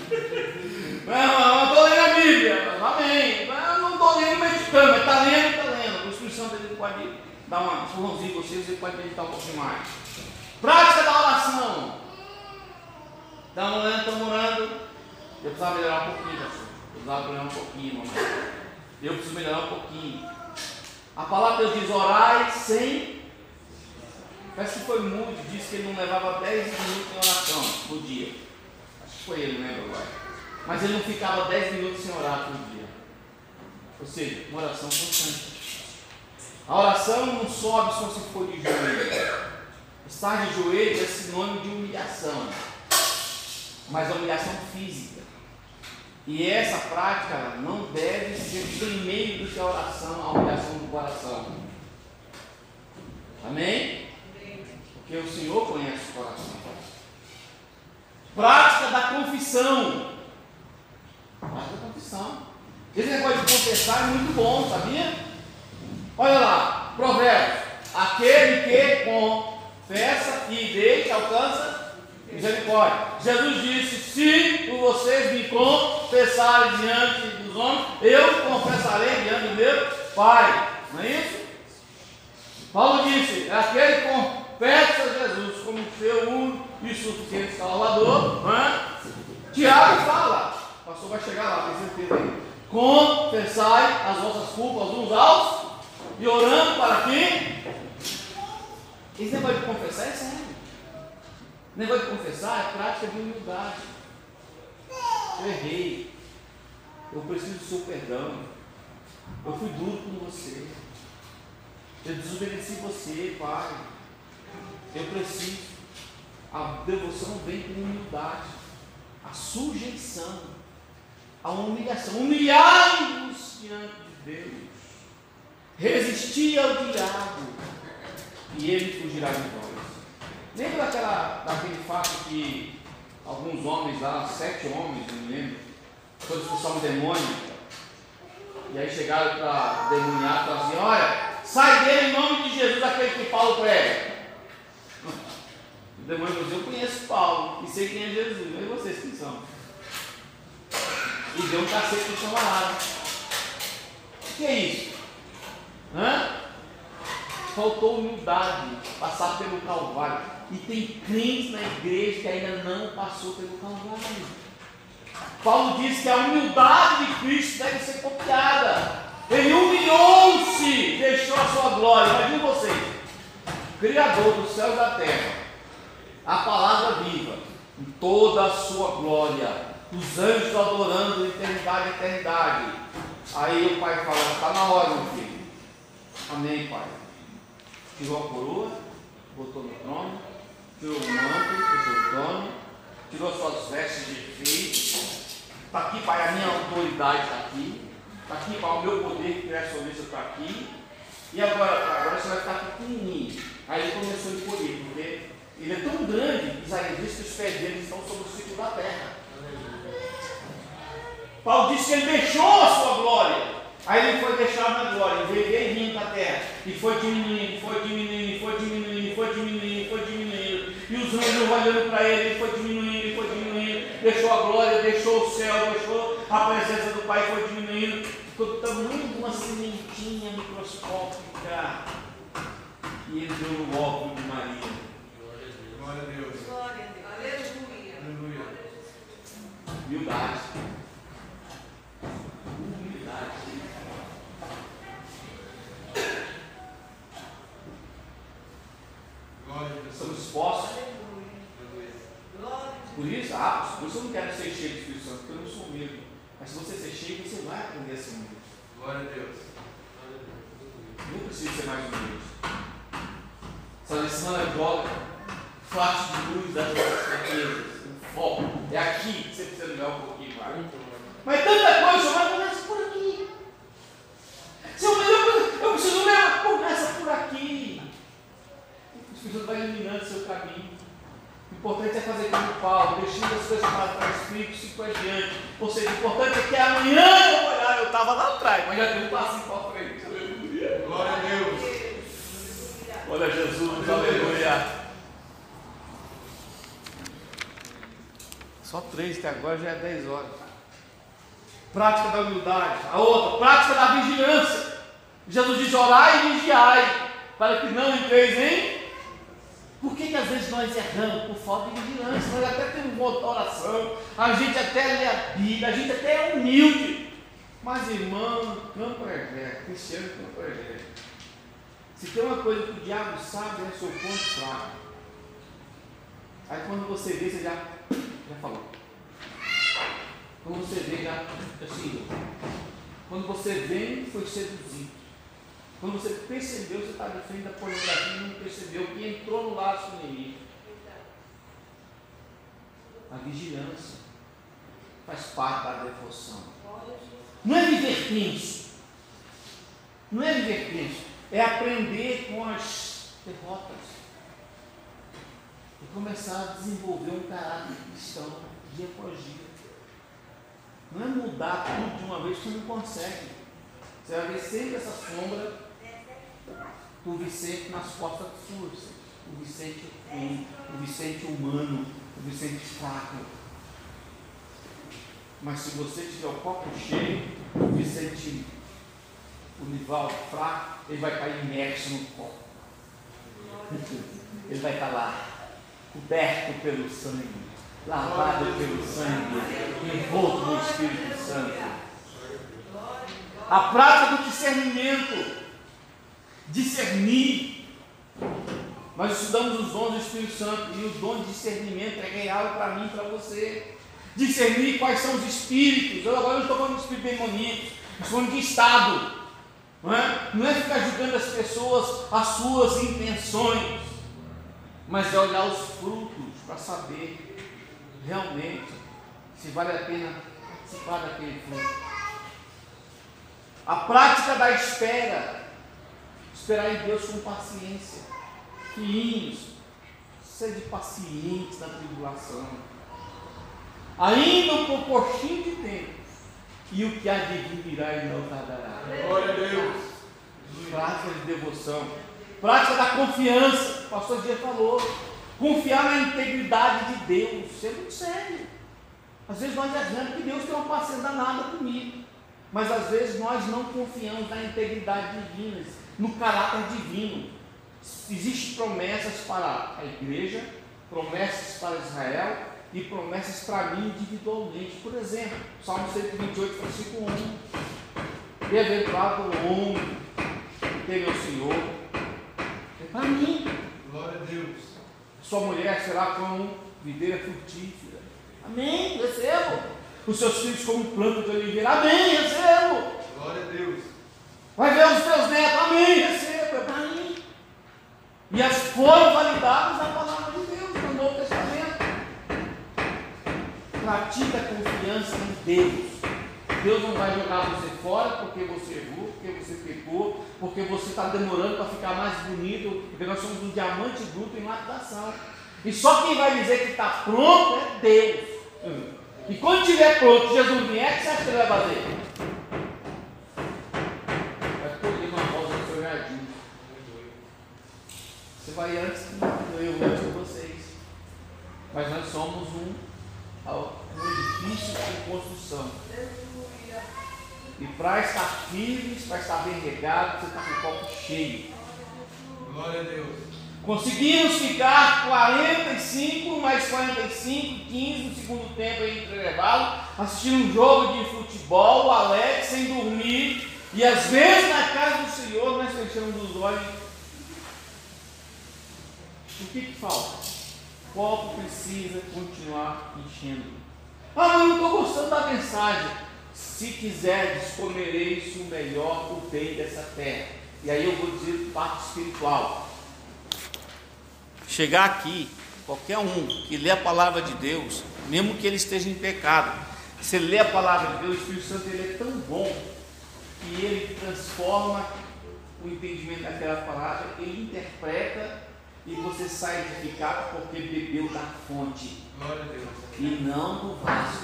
Não, estou lendo a Bíblia. Amém. Não estou lendo meditando, mas está lendo, está lendo. O Espírito Santo ele pode dar uma empurrãozinha em vocês, ele pode meditar um pouquinho mais. Prática da oração. Estamos orando. Eu precisava melhorar um pouquinho, pastor. Eu precisava melhorar um pouquinho, mamãe. Eu preciso melhorar um pouquinho. A palavra de Deus diz: orai sem. Parece que foi Moody, disse que ele não levava 10 minutos em oração por dia. Acho que foi ele, não lembro agora. Mas ele não ficava 10 minutos sem orar por dia. Ou seja, uma oração constante. A oração não sobe só se for de joelho. Estar de joelho é sinônimo de humilhação, mas a humilhação física. E essa prática não deve ser primeiro do que a oração, a humilhação do coração. Amém? Porque o Senhor conhece o coração. Prática da confissão. Prática da confissão. Esse negócio de confessar é muito bom, sabia? Olha lá, Provérbios. Aquele que confessa e deixa, alcança misericórdia. Jesus disse: se vocês me confessarem diante dos homens, eu confessarei diante do meu Pai. Não é isso? Paulo disse: é aquele que confessa Jesus como seu único e suficiente Salvador. Tiago fala, o pastor vai chegar lá, tem certeza aí. Confessai as vossas culpas uns aos e orando para quem? Esse negócio de confessar é sério. O negócio de confessar é prática de humildade. Eu errei. Eu preciso do seu perdão. Eu fui duro com você. Eu desobedeci você, Pai. Eu preciso. A devoção vem com humildade. A sujeição. A humilhação. Humilhai-vos diante de Deus. Resistir ao diabo e ele fugirá de vós. Lembra daquele fato que alguns homens lá, 7 homens, não me lembro, foram expulsar um demônio, e aí chegaram para demoniar e falaram assim: olha, sai dele em nome de Jesus, aquele que Paulo prega. O demônio falou assim: eu conheço Paulo e sei quem é Jesus, mas vocês quem são? E deu um cacete no camarada. O que é isso? Faltou humildade, passar pelo Calvário. E tem crentes na igreja que ainda não passou pelo Calvário. Paulo diz que a humildade de Cristo deve ser copiada. Ele humilhou-se, deixou a sua glória. Imagine vocês, Criador do céu e da terra, a palavra viva, em toda a sua glória, os anjos adorando de eternidade a eternidade. Aí o pai fala: está na hora, meu filho. Amém, pai. Tirou a coroa, botou no trono, tirou o manto, botou o trono, tirou as suas vestes de efeito. Está aqui, pai, a minha autoridade está aqui. Está aqui, pai, o meu poder que cresce sobre isso está aqui. E agora você vai ficar pequenininho. Aí ele começou a encolher, porque ele é tão grande, Isaías diz que os pés dele estão sobre o ciclo da terra. Paulo disse que ele deixou a sua glória. Aí ele foi deixar na glória, veio vindo da terra, e foi diminuindo, foi diminuindo, foi diminuindo, foi diminuindo, foi diminuindo, e os anjos olhando para ele, foi diminuindo, deixou a glória, deixou o céu, deixou a presença do Pai, foi diminuindo, ficou do tamanho de uma sementinha microscópica, e ele deu no óculo de Maria. Glória a Deus. Glória a Deus. Aleluia. Aleluia. Humildade. Estamos dispostos. Por isso eu não quero ser cheio do Espírito Santo, porque eu não sou humilde. Mas se você ser cheio, você vai aprender a ser humilde. Glória a Deus. Não precisa ser mais humilde. Essa semana joga flash de luz das nossas fraquezas. O foco é aqui que você precisa ligar um pouquinho mais. Mas tanta coisa, mas começa por aqui. Senhor, mas eu preciso ler, começa por aqui. O Espírito vai iluminando seu caminho. O importante é fazer como Paulo, deixando as coisas para trás, fico adiante. Ou seja, o importante é que amanhã eu vou olhar, eu estava lá atrás, mas já dei um passinho para frente. Aleluia. Glória a Deus. Olha Jesus, aleluia. Só 3 até agora, já é 10 horas. Prática da humildade. A outra, prática da vigilância. Jesus diz: orai e vigiai, para que não entreis em... Por que às vezes nós erramos? Por falta de vigilância. Nós até temos boa oração, a gente até lê a Bíblia, a gente até é humilde. Mas irmão, campo é cristiano, campo é. Se tem uma coisa que o diabo sabe, é seu ponto fraco. Aí quando você vê, você já falou. Quando você vê, já assim. Quando você vem, foi seduzido. Quando você percebeu, você está de frente da pornografia e não percebeu que entrou no laço do inimigo. A vigilância faz parte da devoção. Não é viver tenso. Não é viver tenso. É aprender com as derrotas. E começar a desenvolver um caráter cristão dia após dia. Não é mudar tudo de uma vez que você não consegue. Você vai ver sempre essa sombra do Vicente nas costas suas. O Vicente ruim, o Vicente humano, o Vicente fraco. Mas se você tiver o copo cheio, o Vicente, o Nivaldo fraco, ele vai cair imerso no copo. Ele vai estar lá, coberto pelo sangue, lavado pelo sangue, envolto no Espírito Santo. A prática do discernimento. Discernir. Nós estudamos os dons do Espírito Santo e o dom de discernimento é real para mim e para você. Discernir quais são os espíritos. Eu agora não estou falando de espíritos demoníacos, estou falando de estado. Não é ficar julgando as pessoas as suas intenções, mas é olhar os frutos para saber realmente se vale a pena participar daquele fruto. A prática da espera. Esperar em Deus com paciência. Filhinhos, sede pacientes na tribulação. Ainda um pouquinho de tempo, e o que há de vir virá e não tardará. Glória a Deus. Prática de devoção. Prática da confiança. O pastor Dias falou. Confiar na integridade de Deus. Isso é muito sério. Às vezes nós achamos que Deus tem uma paciência danada comigo. Mas às vezes nós não confiamos na integridade divina, no caráter divino. Existem promessas para a igreja, promessas para Israel e promessas para mim individualmente. Por exemplo, Salmo 128, versículo 1. Bem-aventurado o homem que teme ao Senhor. É para mim. Glória a Deus. Sua mulher será como videira frutífera. Amém. Recebo. Os seus filhos como planta de oliveira. Amém. Recebo. Glória a Deus. Vai ver os teus netos. Amém. Recebo. É para mim. E as foram validadas na palavra de Deus, no Novo Testamento. Pratica a confiança em Deus. Deus não vai jogar você fora porque você errou, porque você pecou, porque você está demorando para ficar mais bonito, porque nós somos um diamante bruto em lapidação. E só quem vai dizer que está pronto é Deus. E quando estiver pronto, Jesus vier, o que você acha que ele vai fazer? Vai colher uma rosa no seu jardim. Você vai antes que eu antes de vocês. Mas nós somos um edifício em construção. E para estar firmes, para estar bem regado, você está com o copo cheio. Glória a Deus. Conseguimos ficar 45, mais 45, 15 no segundo tempo aí de intervalo, assistindo um jogo de futebol, o Alex sem dormir, e às vezes na casa do Senhor nós fechamos os olhos. O que falta? O copo precisa continuar enchendo. Ah, mas eu não estou gostando da mensagem. Se quiserdes, comereis o melhor, o bem dessa terra. E aí eu vou dizer parte espiritual. Chegar aqui, qualquer um que lê a palavra de Deus, mesmo que ele esteja em pecado, Você lê a palavra de Deus, o Espírito Santo ele é tão bom que ele transforma o entendimento daquela palavra, ele interpreta e você sai edificado porque bebeu da fonte e não do vaso.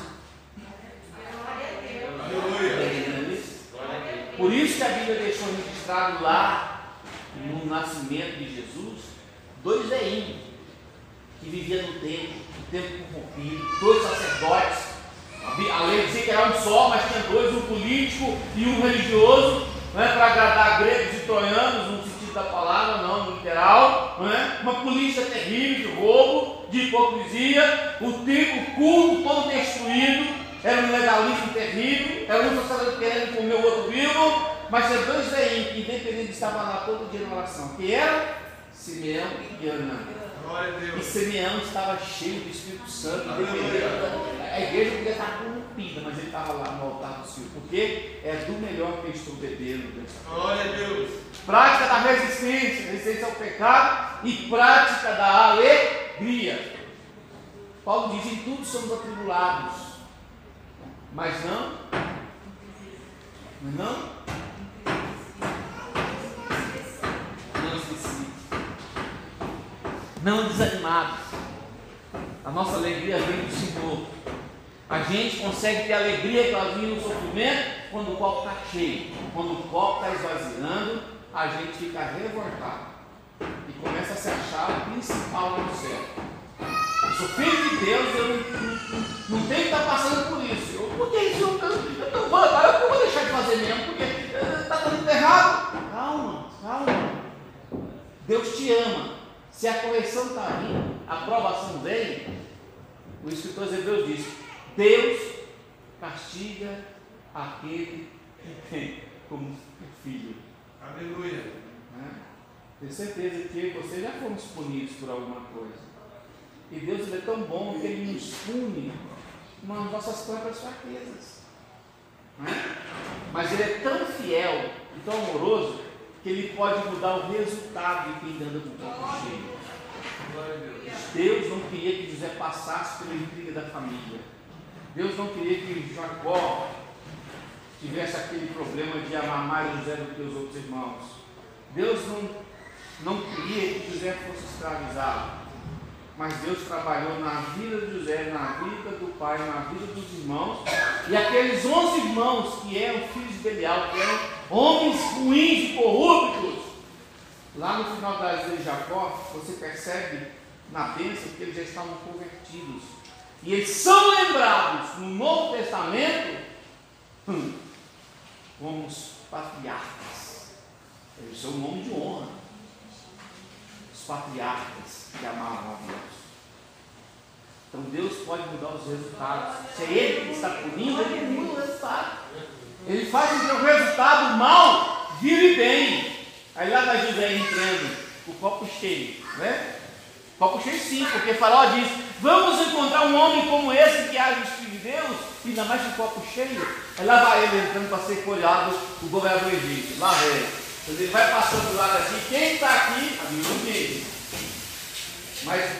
Por isso que a Bíblia deixou registrado lá no nascimento de Jesus 2 veinhos que viviam no templo corrompido, 2 sacerdotes. A lei dizia que era um só, mas tinha 2, um político e um religioso, para agradar gregos e troianos, no sentido da palavra, não no literal, uma política terrível de roubo, de hipocrisia, o culto todo destruído, era um legalismo terrível, era um sacerdote querendo comer o outro vivo, mas tinha 2 veinhos que independente estavam lá todo dia na oração, que eram Simeão e Ana. E Simeão estava cheio do Espírito Santo, a igreja podia estar corrompida, mas ele estava lá no altar do Senhor, porque é do melhor que eu estou bebendo. Glória a Deus. Prática da resistência ao pecado e prática da alegria. Paulo diz: em tudo somos atribulados, mas não esquecidos, não desanimados. A nossa alegria vem do Senhor. A gente consegue ter alegria sozinho no sofrimento quando o copo está cheio. Quando o copo está esvaziando, a gente fica revoltado e começa a se achar o principal no céu. Eu sou filho de Deus, eu não tenho que estar passando por isso. Por que isso? Eu estou bom, agora eu vou deixar de fazer mesmo, porque está dando errado. Calma. Deus te ama. Se a correção está vindo, a aprovação vem, o escritor aos Hebreus diz: Deus castiga aquele que tem como filho. Aleluia. Tenho certeza que você já fomos punidos por alguma coisa. E Deus é tão bom que Ele nos pune nas nossas próprias fraquezas. Mas Ele é tão fiel e tão amoroso que Ele pode mudar o resultado de quem anda com o copo cheio. Deus não queria que José passasse pela intriga da família. Deus não queria que Jacó tivesse aquele problema de amar mais José do que os outros irmãos. Deus não queria que José fosse escravizado. Mas Deus trabalhou na vida de José, na vida do pai, na vida dos irmãos. E aqueles 11 irmãos que eram filhos de Belial, que eram homens ruins e corruptos, lá no final da vida de Jacó, você percebe na bênção que eles já estavam convertidos. E eles são lembrados no Novo Testamento como os patriarcas. Eles são um nome de honra. Os patriarcas que amavam a Deus. Então Deus pode mudar os resultados. Se é Ele que está punindo, Ele muda o resultado. Ele faz com que o resultado mal vire bem. Aí lá vai José entrando, o copo cheio, Copo cheio sim, porque Faraó diz: vamos encontrar um homem como esse que age no Espírito de Deus, e ainda mais com o copo cheio. Aí lá vai ele entrando para ser colhado o governador egípcio. Lá vem. Ele vai passando do lado assim, quem está aqui? A Bíblia não diz. Mas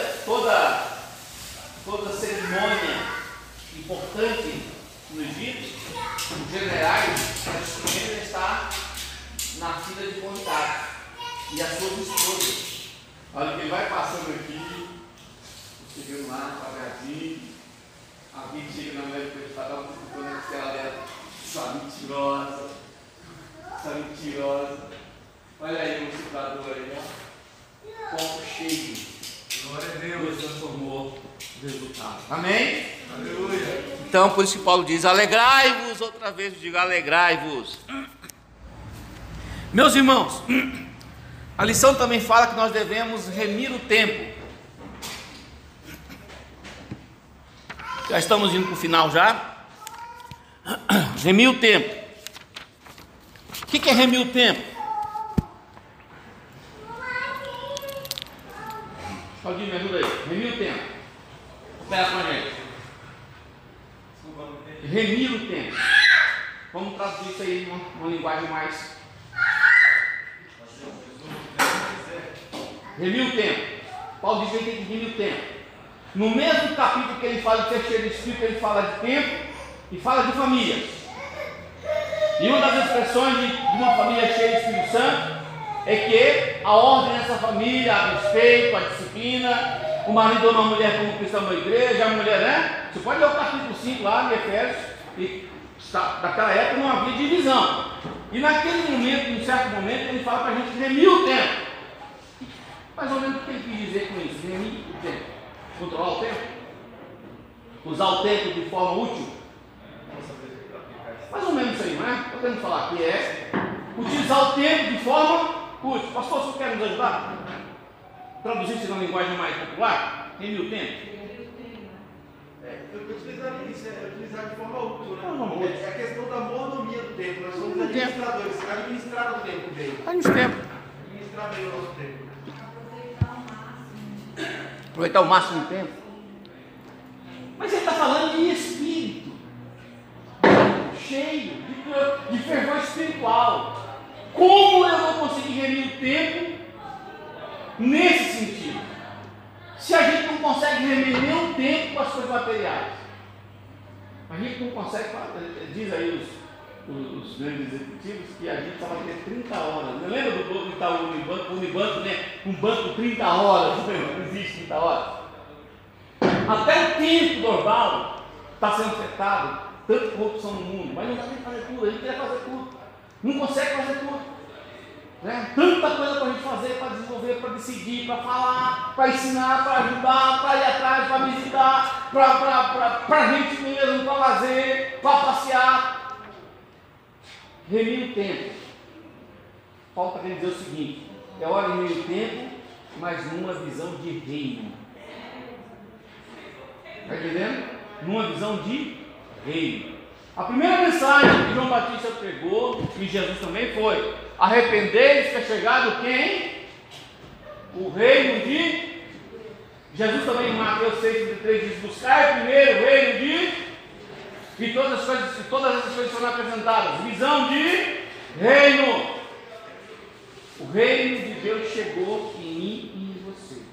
toda cerimônia importante no Egito, os generais, os primeiros estar na fila de convidados e as suas esposas. Olha que ele vai passando aqui, chegando lá, devagarzinho, a vida chega na mulher do está dando um na costela dela, essa mentirosa, olha aí o suprador aí, ó, copo cheio, glória a Deus, transformou o resultado, amém? Aleluia. Então por isso que Paulo diz: alegrai-vos, outra vez eu digo alegrai-vos. Meus irmãos, a lição também fala que nós devemos remir o tempo. Já estamos indo para o final já. Remir o tempo. O que é remir o tempo? Claudinho, me ajuda aí. Remir o tempo. Espera com a gente. Remir o tempo. Vamos traduzir isso aí numa linguagem mais... Remir o tempo. Paulo diz que ele tem que remir o tempo. No mesmo capítulo que ele fala de ser cheio do Espírito, ele fala de tempo e fala de família. E uma das expressões de uma família cheia do Espírito Santo é que a ordem dessa família, a respeito, a disciplina, o marido ou uma mulher como cristão na igreja, a mulher, né? Você pode ler o capítulo 5 lá de Efésios, e naquela época não havia divisão. E naquele momento, em um certo momento, ele fala para a gente remir o tempo. Mais ou menos o que ele quis dizer com isso? Remir o tempo. Controlar o tempo? Usar o tempo de forma útil? Mais ou menos isso aí, não é? Estou querendo falar que é utilizar o tempo de forma útil. Pastor, você quer nos ajudar? Traduzir isso na linguagem mais popular? Remir o tempo? Eu utilizaria isso, utilizar de forma útil, né? Não. É a questão da mordomia do tempo. Nós somos administradores, administrar o tempo bem. Administrar Bem o nosso tempo. Aproveitar o máximo do tempo. Mas ele está falando de espírito, cheio de fervor espiritual. Como eu vou conseguir remir o tempo nesse sentido? Se a gente não consegue remir nem o tempo com as coisas materiais, a gente não consegue, diz aí os grandes executivos que a gente só vai ter 30 horas. Não lembra do banco que está o Unibanco, né? Um banco 30 horas, não existe 30 horas. Até o tempo normal está sendo afetado, tanta corrupção no mundo, mas não dá para fazer tudo, a gente quer fazer tudo, não consegue fazer tudo. Né? Tanta coisa para a gente fazer, para desenvolver, para decidir, para falar, para ensinar, para ajudar, para ir atrás, para visitar, para a gente mesmo, para lazer, para passear. Remir o tempo. Paulo está querendo dizer o seguinte: é hora de remir o tempo, mas numa visão de reino. Está entendendo? Numa visão de reino. A primeira mensagem que João Batista pregou, e Jesus também foi: arrependei-vos que é chegado quem? O reino de... Jesus também em Mateus 6,33 diz: buscai primeiro o reino de... E todas essas coisas foram apresentadas. Visão de reino. O reino de Deus chegou em mim e em você.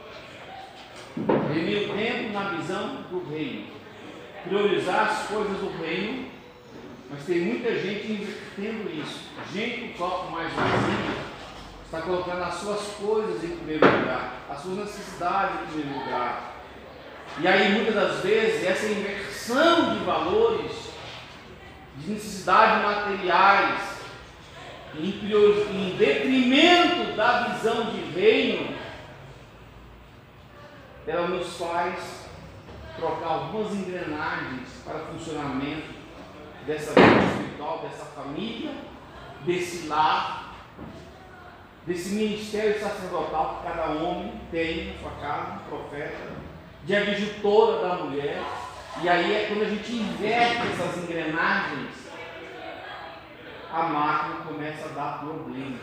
Remir o tempo na visão do reino. Priorizar as coisas do reino. Mas tem muita gente invertendo isso. Gente com o copo mais vazio está colocando as suas coisas em primeiro lugar, as suas necessidades em primeiro lugar. E aí muitas das vezes essa inversão de valores, de necessidades materiais, em detrimento da visão de reino, ela nos faz trocar algumas engrenagens para o funcionamento dessa vida espiritual, dessa família, desse lar, desse ministério sacerdotal que cada homem tem na sua casa, um profeta, de adjutora da mulher. E aí é quando a gente inverte essas engrenagens, a máquina começa a dar problema.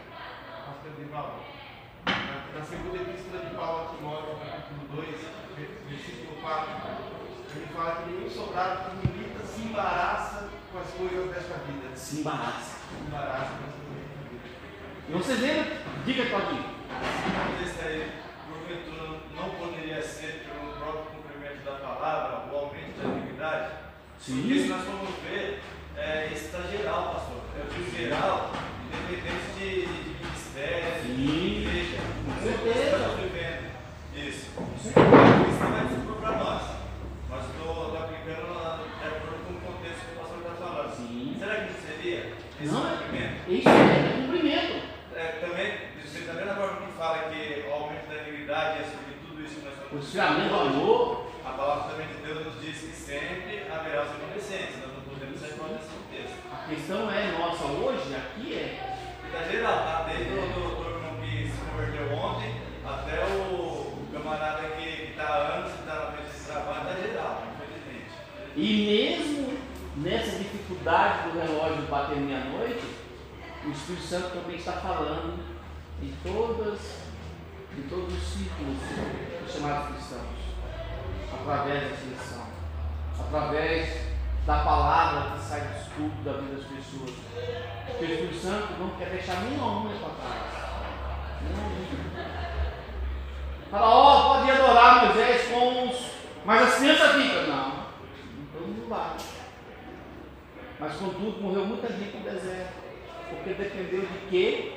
Na segunda epístola de Paulo a Timóteo, capítulo 2, versículo 4, ele fala que nenhum soldado que milita se embaraça com as coisas desta vida. Se embaraça. Se embaraça com as coisas desta vida. E você lembra? Diga, Claudinho. Esse aí, porventura, não poderia ser pelo próprio cumprimento da palavra, o aumento da atividade? Sim. Porque se nós formos ver, isso está geral, pastor. É o geral, independente de ministério, de igreja. Com certeza. Estamos vivendo isso. Isso não é desculpa para nós. Mas estou aplicando de acordo com o contexto que o pastor está falando. Sim. Será que não seria esse Não, cumprimento? isso é cumprimento. Também, você está vendo a forma que fala que o aumento da iniquidade é sobre tudo isso que nós O estamos esfriamento do amor. A palavra também de Deus nos diz que sempre haverá os remanescentes. Nós não podemos sair fora desse contexto. A questão é nossa hoje, aqui é. Está geral, tá? Desde o irmão que se converteu ontem até o camarada que está há anos, que está na frente desse trabalho, está geral, infelizmente. E mesmo nessa dificuldade do relógio bater meia-noite, o Espírito Santo também está falando em todos os círculos dos chamados cristãos, através da seleção, através da palavra que sai do estudo da vida das pessoas. Porque o Espírito Santo não quer deixar nenhuma para trás. Fala, pode adorar Moisés, com os... Mas as crianças ficam, não. Todo mundo vai. Mas contudo, morreu muita gente no deserto. Porque dependeu de quê?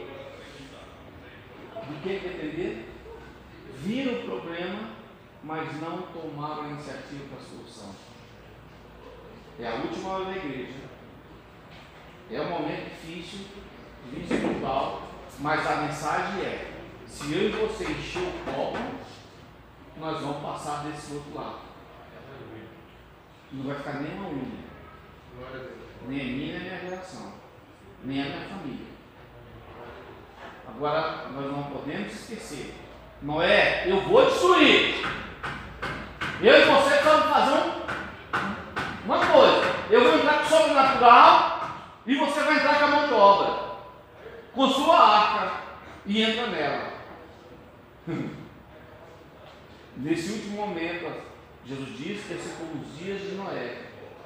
De que depender? Viram o problema, mas não tomaram a iniciativa para a solução. É a última hora da igreja. É um momento difícil, brutal, mas a mensagem é: se eu e você encher o copo, nós vamos passar desse outro lado. Não vai ficar nem uma unha, nem a minha, nem a minha geração, nem a minha família. Agora, nós não podemos esquecer: Noé, eu vou destruir. Eu e você precisamos fazer uma coisa. Eu vou entrar com o sobrenatural e você vai entrar com a mão de obra, com sua arca, e entra nela. Nesse último momento, Jesus disse que ia ser como os dias de Noé.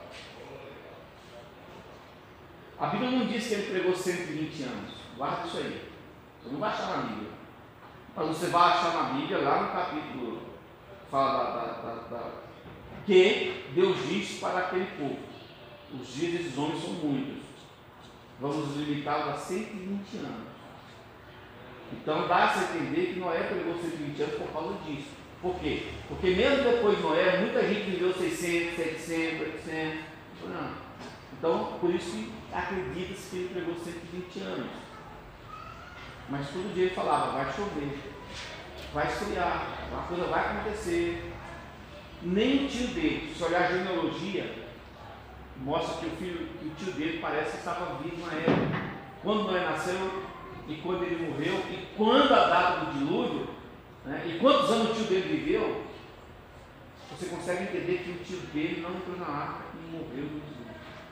A Bíblia não diz que ele pregou 120 anos. Guarda isso aí. Você não vai achar na Bíblia. Mas você vai achar na Bíblia, lá no capítulo, fala que Deus disse para aquele povo: os dias desses homens são muitos. Vamos limitá-los a 120 anos. Então dá-se a entender que Noé pregou 120 anos por causa disso. Por quê? Porque mesmo depois de Noé, muita gente viveu 600, 700, 800. Não. Então, por isso que acredita-se que ele pregou 120 anos. Mas todo dia ele falava: vai chover, vai esfriar, uma coisa vai acontecer. Nem o tio dele, se olhar a genealogia, mostra que o tio dele parece que estava vivo na época. Quando Noé nasceu e quando ele morreu, e quando a data do dilúvio, né, e quantos anos o tio dele viveu, você consegue entender que o tio dele não entrou na arca e morreu no dilúvio.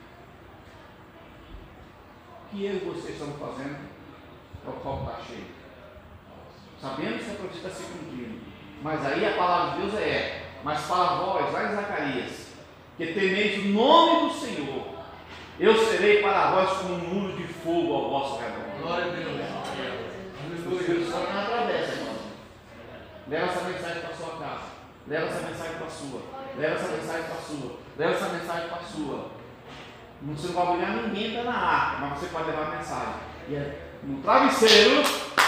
O que eu e você estamos fazendo? O copo está cheio. Sabemos que a profecia está se cumprindo. Mas aí a palavra de Deus mas para vós, lá em Zacarias, que temeis o nome do Senhor, eu serei para vós como um muro de fogo ao vosso redor. Glória a Deus. O Espírito Santo não atravessa, irmão. Leva essa mensagem para a sua casa. Leva essa mensagem para a sua. Leva essa mensagem para a sua. Leva essa mensagem para a sua. Você não vai obrigar ninguém a entrar na arca, mas você pode levar a mensagem. E no travesseiro,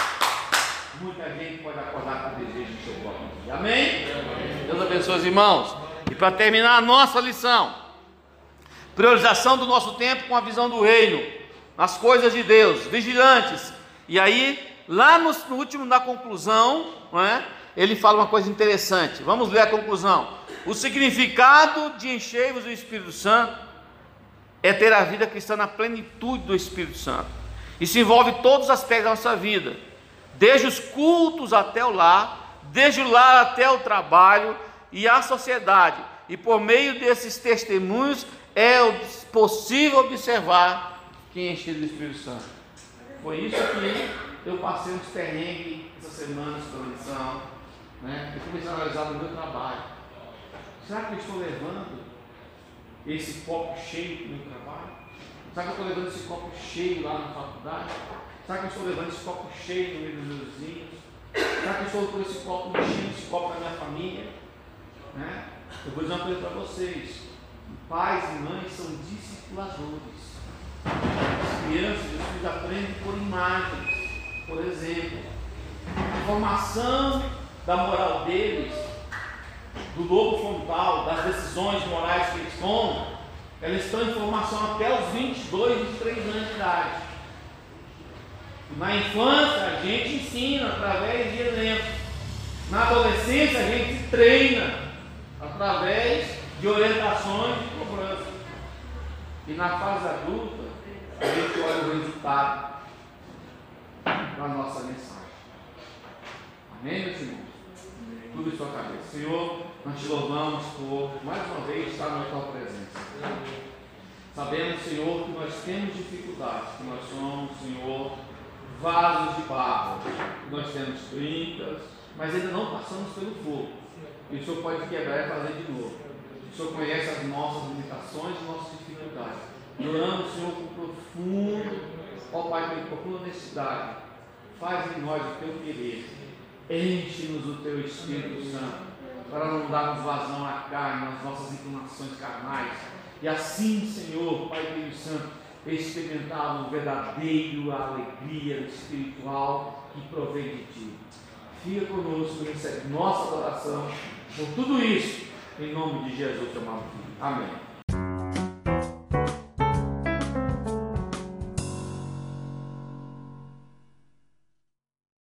muita gente pode acordar com o desejo de seu próprio dia. Amém? Deus abençoe os irmãos. E para terminar a nossa lição: priorização do nosso tempo com a visão do reino, as coisas de Deus, vigilantes. E aí, lá no último, na conclusão, não é? Ele fala uma coisa interessante. Vamos ler a conclusão. O significado de encher-vos do Espírito Santo é ter a vida cristã na plenitude do Espírito Santo. Isso envolve todos os aspectos da nossa vida, desde os cultos até o lar, desde o lar até o trabalho e a sociedade. E por meio desses testemunhos é possível observar quem é enchido do Espírito Santo. Foi isso que eu passei uns perrengues essa semana pela lição, né? Eu comecei a analisar no meu trabalho. Será que eu estou levando esse copo cheio para o meu trabalho? Será que eu estou levando esse copo cheio lá na faculdade? Será que eu estou levando esse copo cheio no meio dos meus vizinhos? Será que eu estou com esse copo cheio, esse copo na minha família? Né? Eu vou dizer uma coisa para vocês: pais e mães são discipuladores. As crianças, os filhos aprendem por imagens, por exemplo. A formação da moral deles, do lobo frontal, das decisões morais que eles tomam, elas estão em formação até os 22, 23 anos de idade. Na infância a gente ensina através de exemplos. Na adolescência a gente treina através de orientações e cobranças. E na fase adulta a gente olha o resultado da nossa mensagem. Amém, meus irmãos? Tudo em sua cabeça. Senhor, nós te louvamos por mais uma vez estar na tua presença. Sabemos, Senhor, que nós temos dificuldades, que nós somos, Senhor, vasos de barro, que nós temos brincas, mas ainda não passamos pelo fogo. E o Senhor pode quebrar e fazer de novo. O Senhor conhece as nossas limitações e nossas dificuldades. Oramos, Senhor, com profundo, ó Pai, com profunda necessidade. Faz em nós o teu querer. Enche-nos o teu Espírito Santo. para não darmos vazão à carne, às nossas inclinações carnais. E assim, Senhor, Pai Deus Santo, experimentarmos verdadeira alegria espiritual que provém de Ti. Fica conosco, recebe nossa adoração por tudo isso, em nome de Jesus, amado Filho. Amém.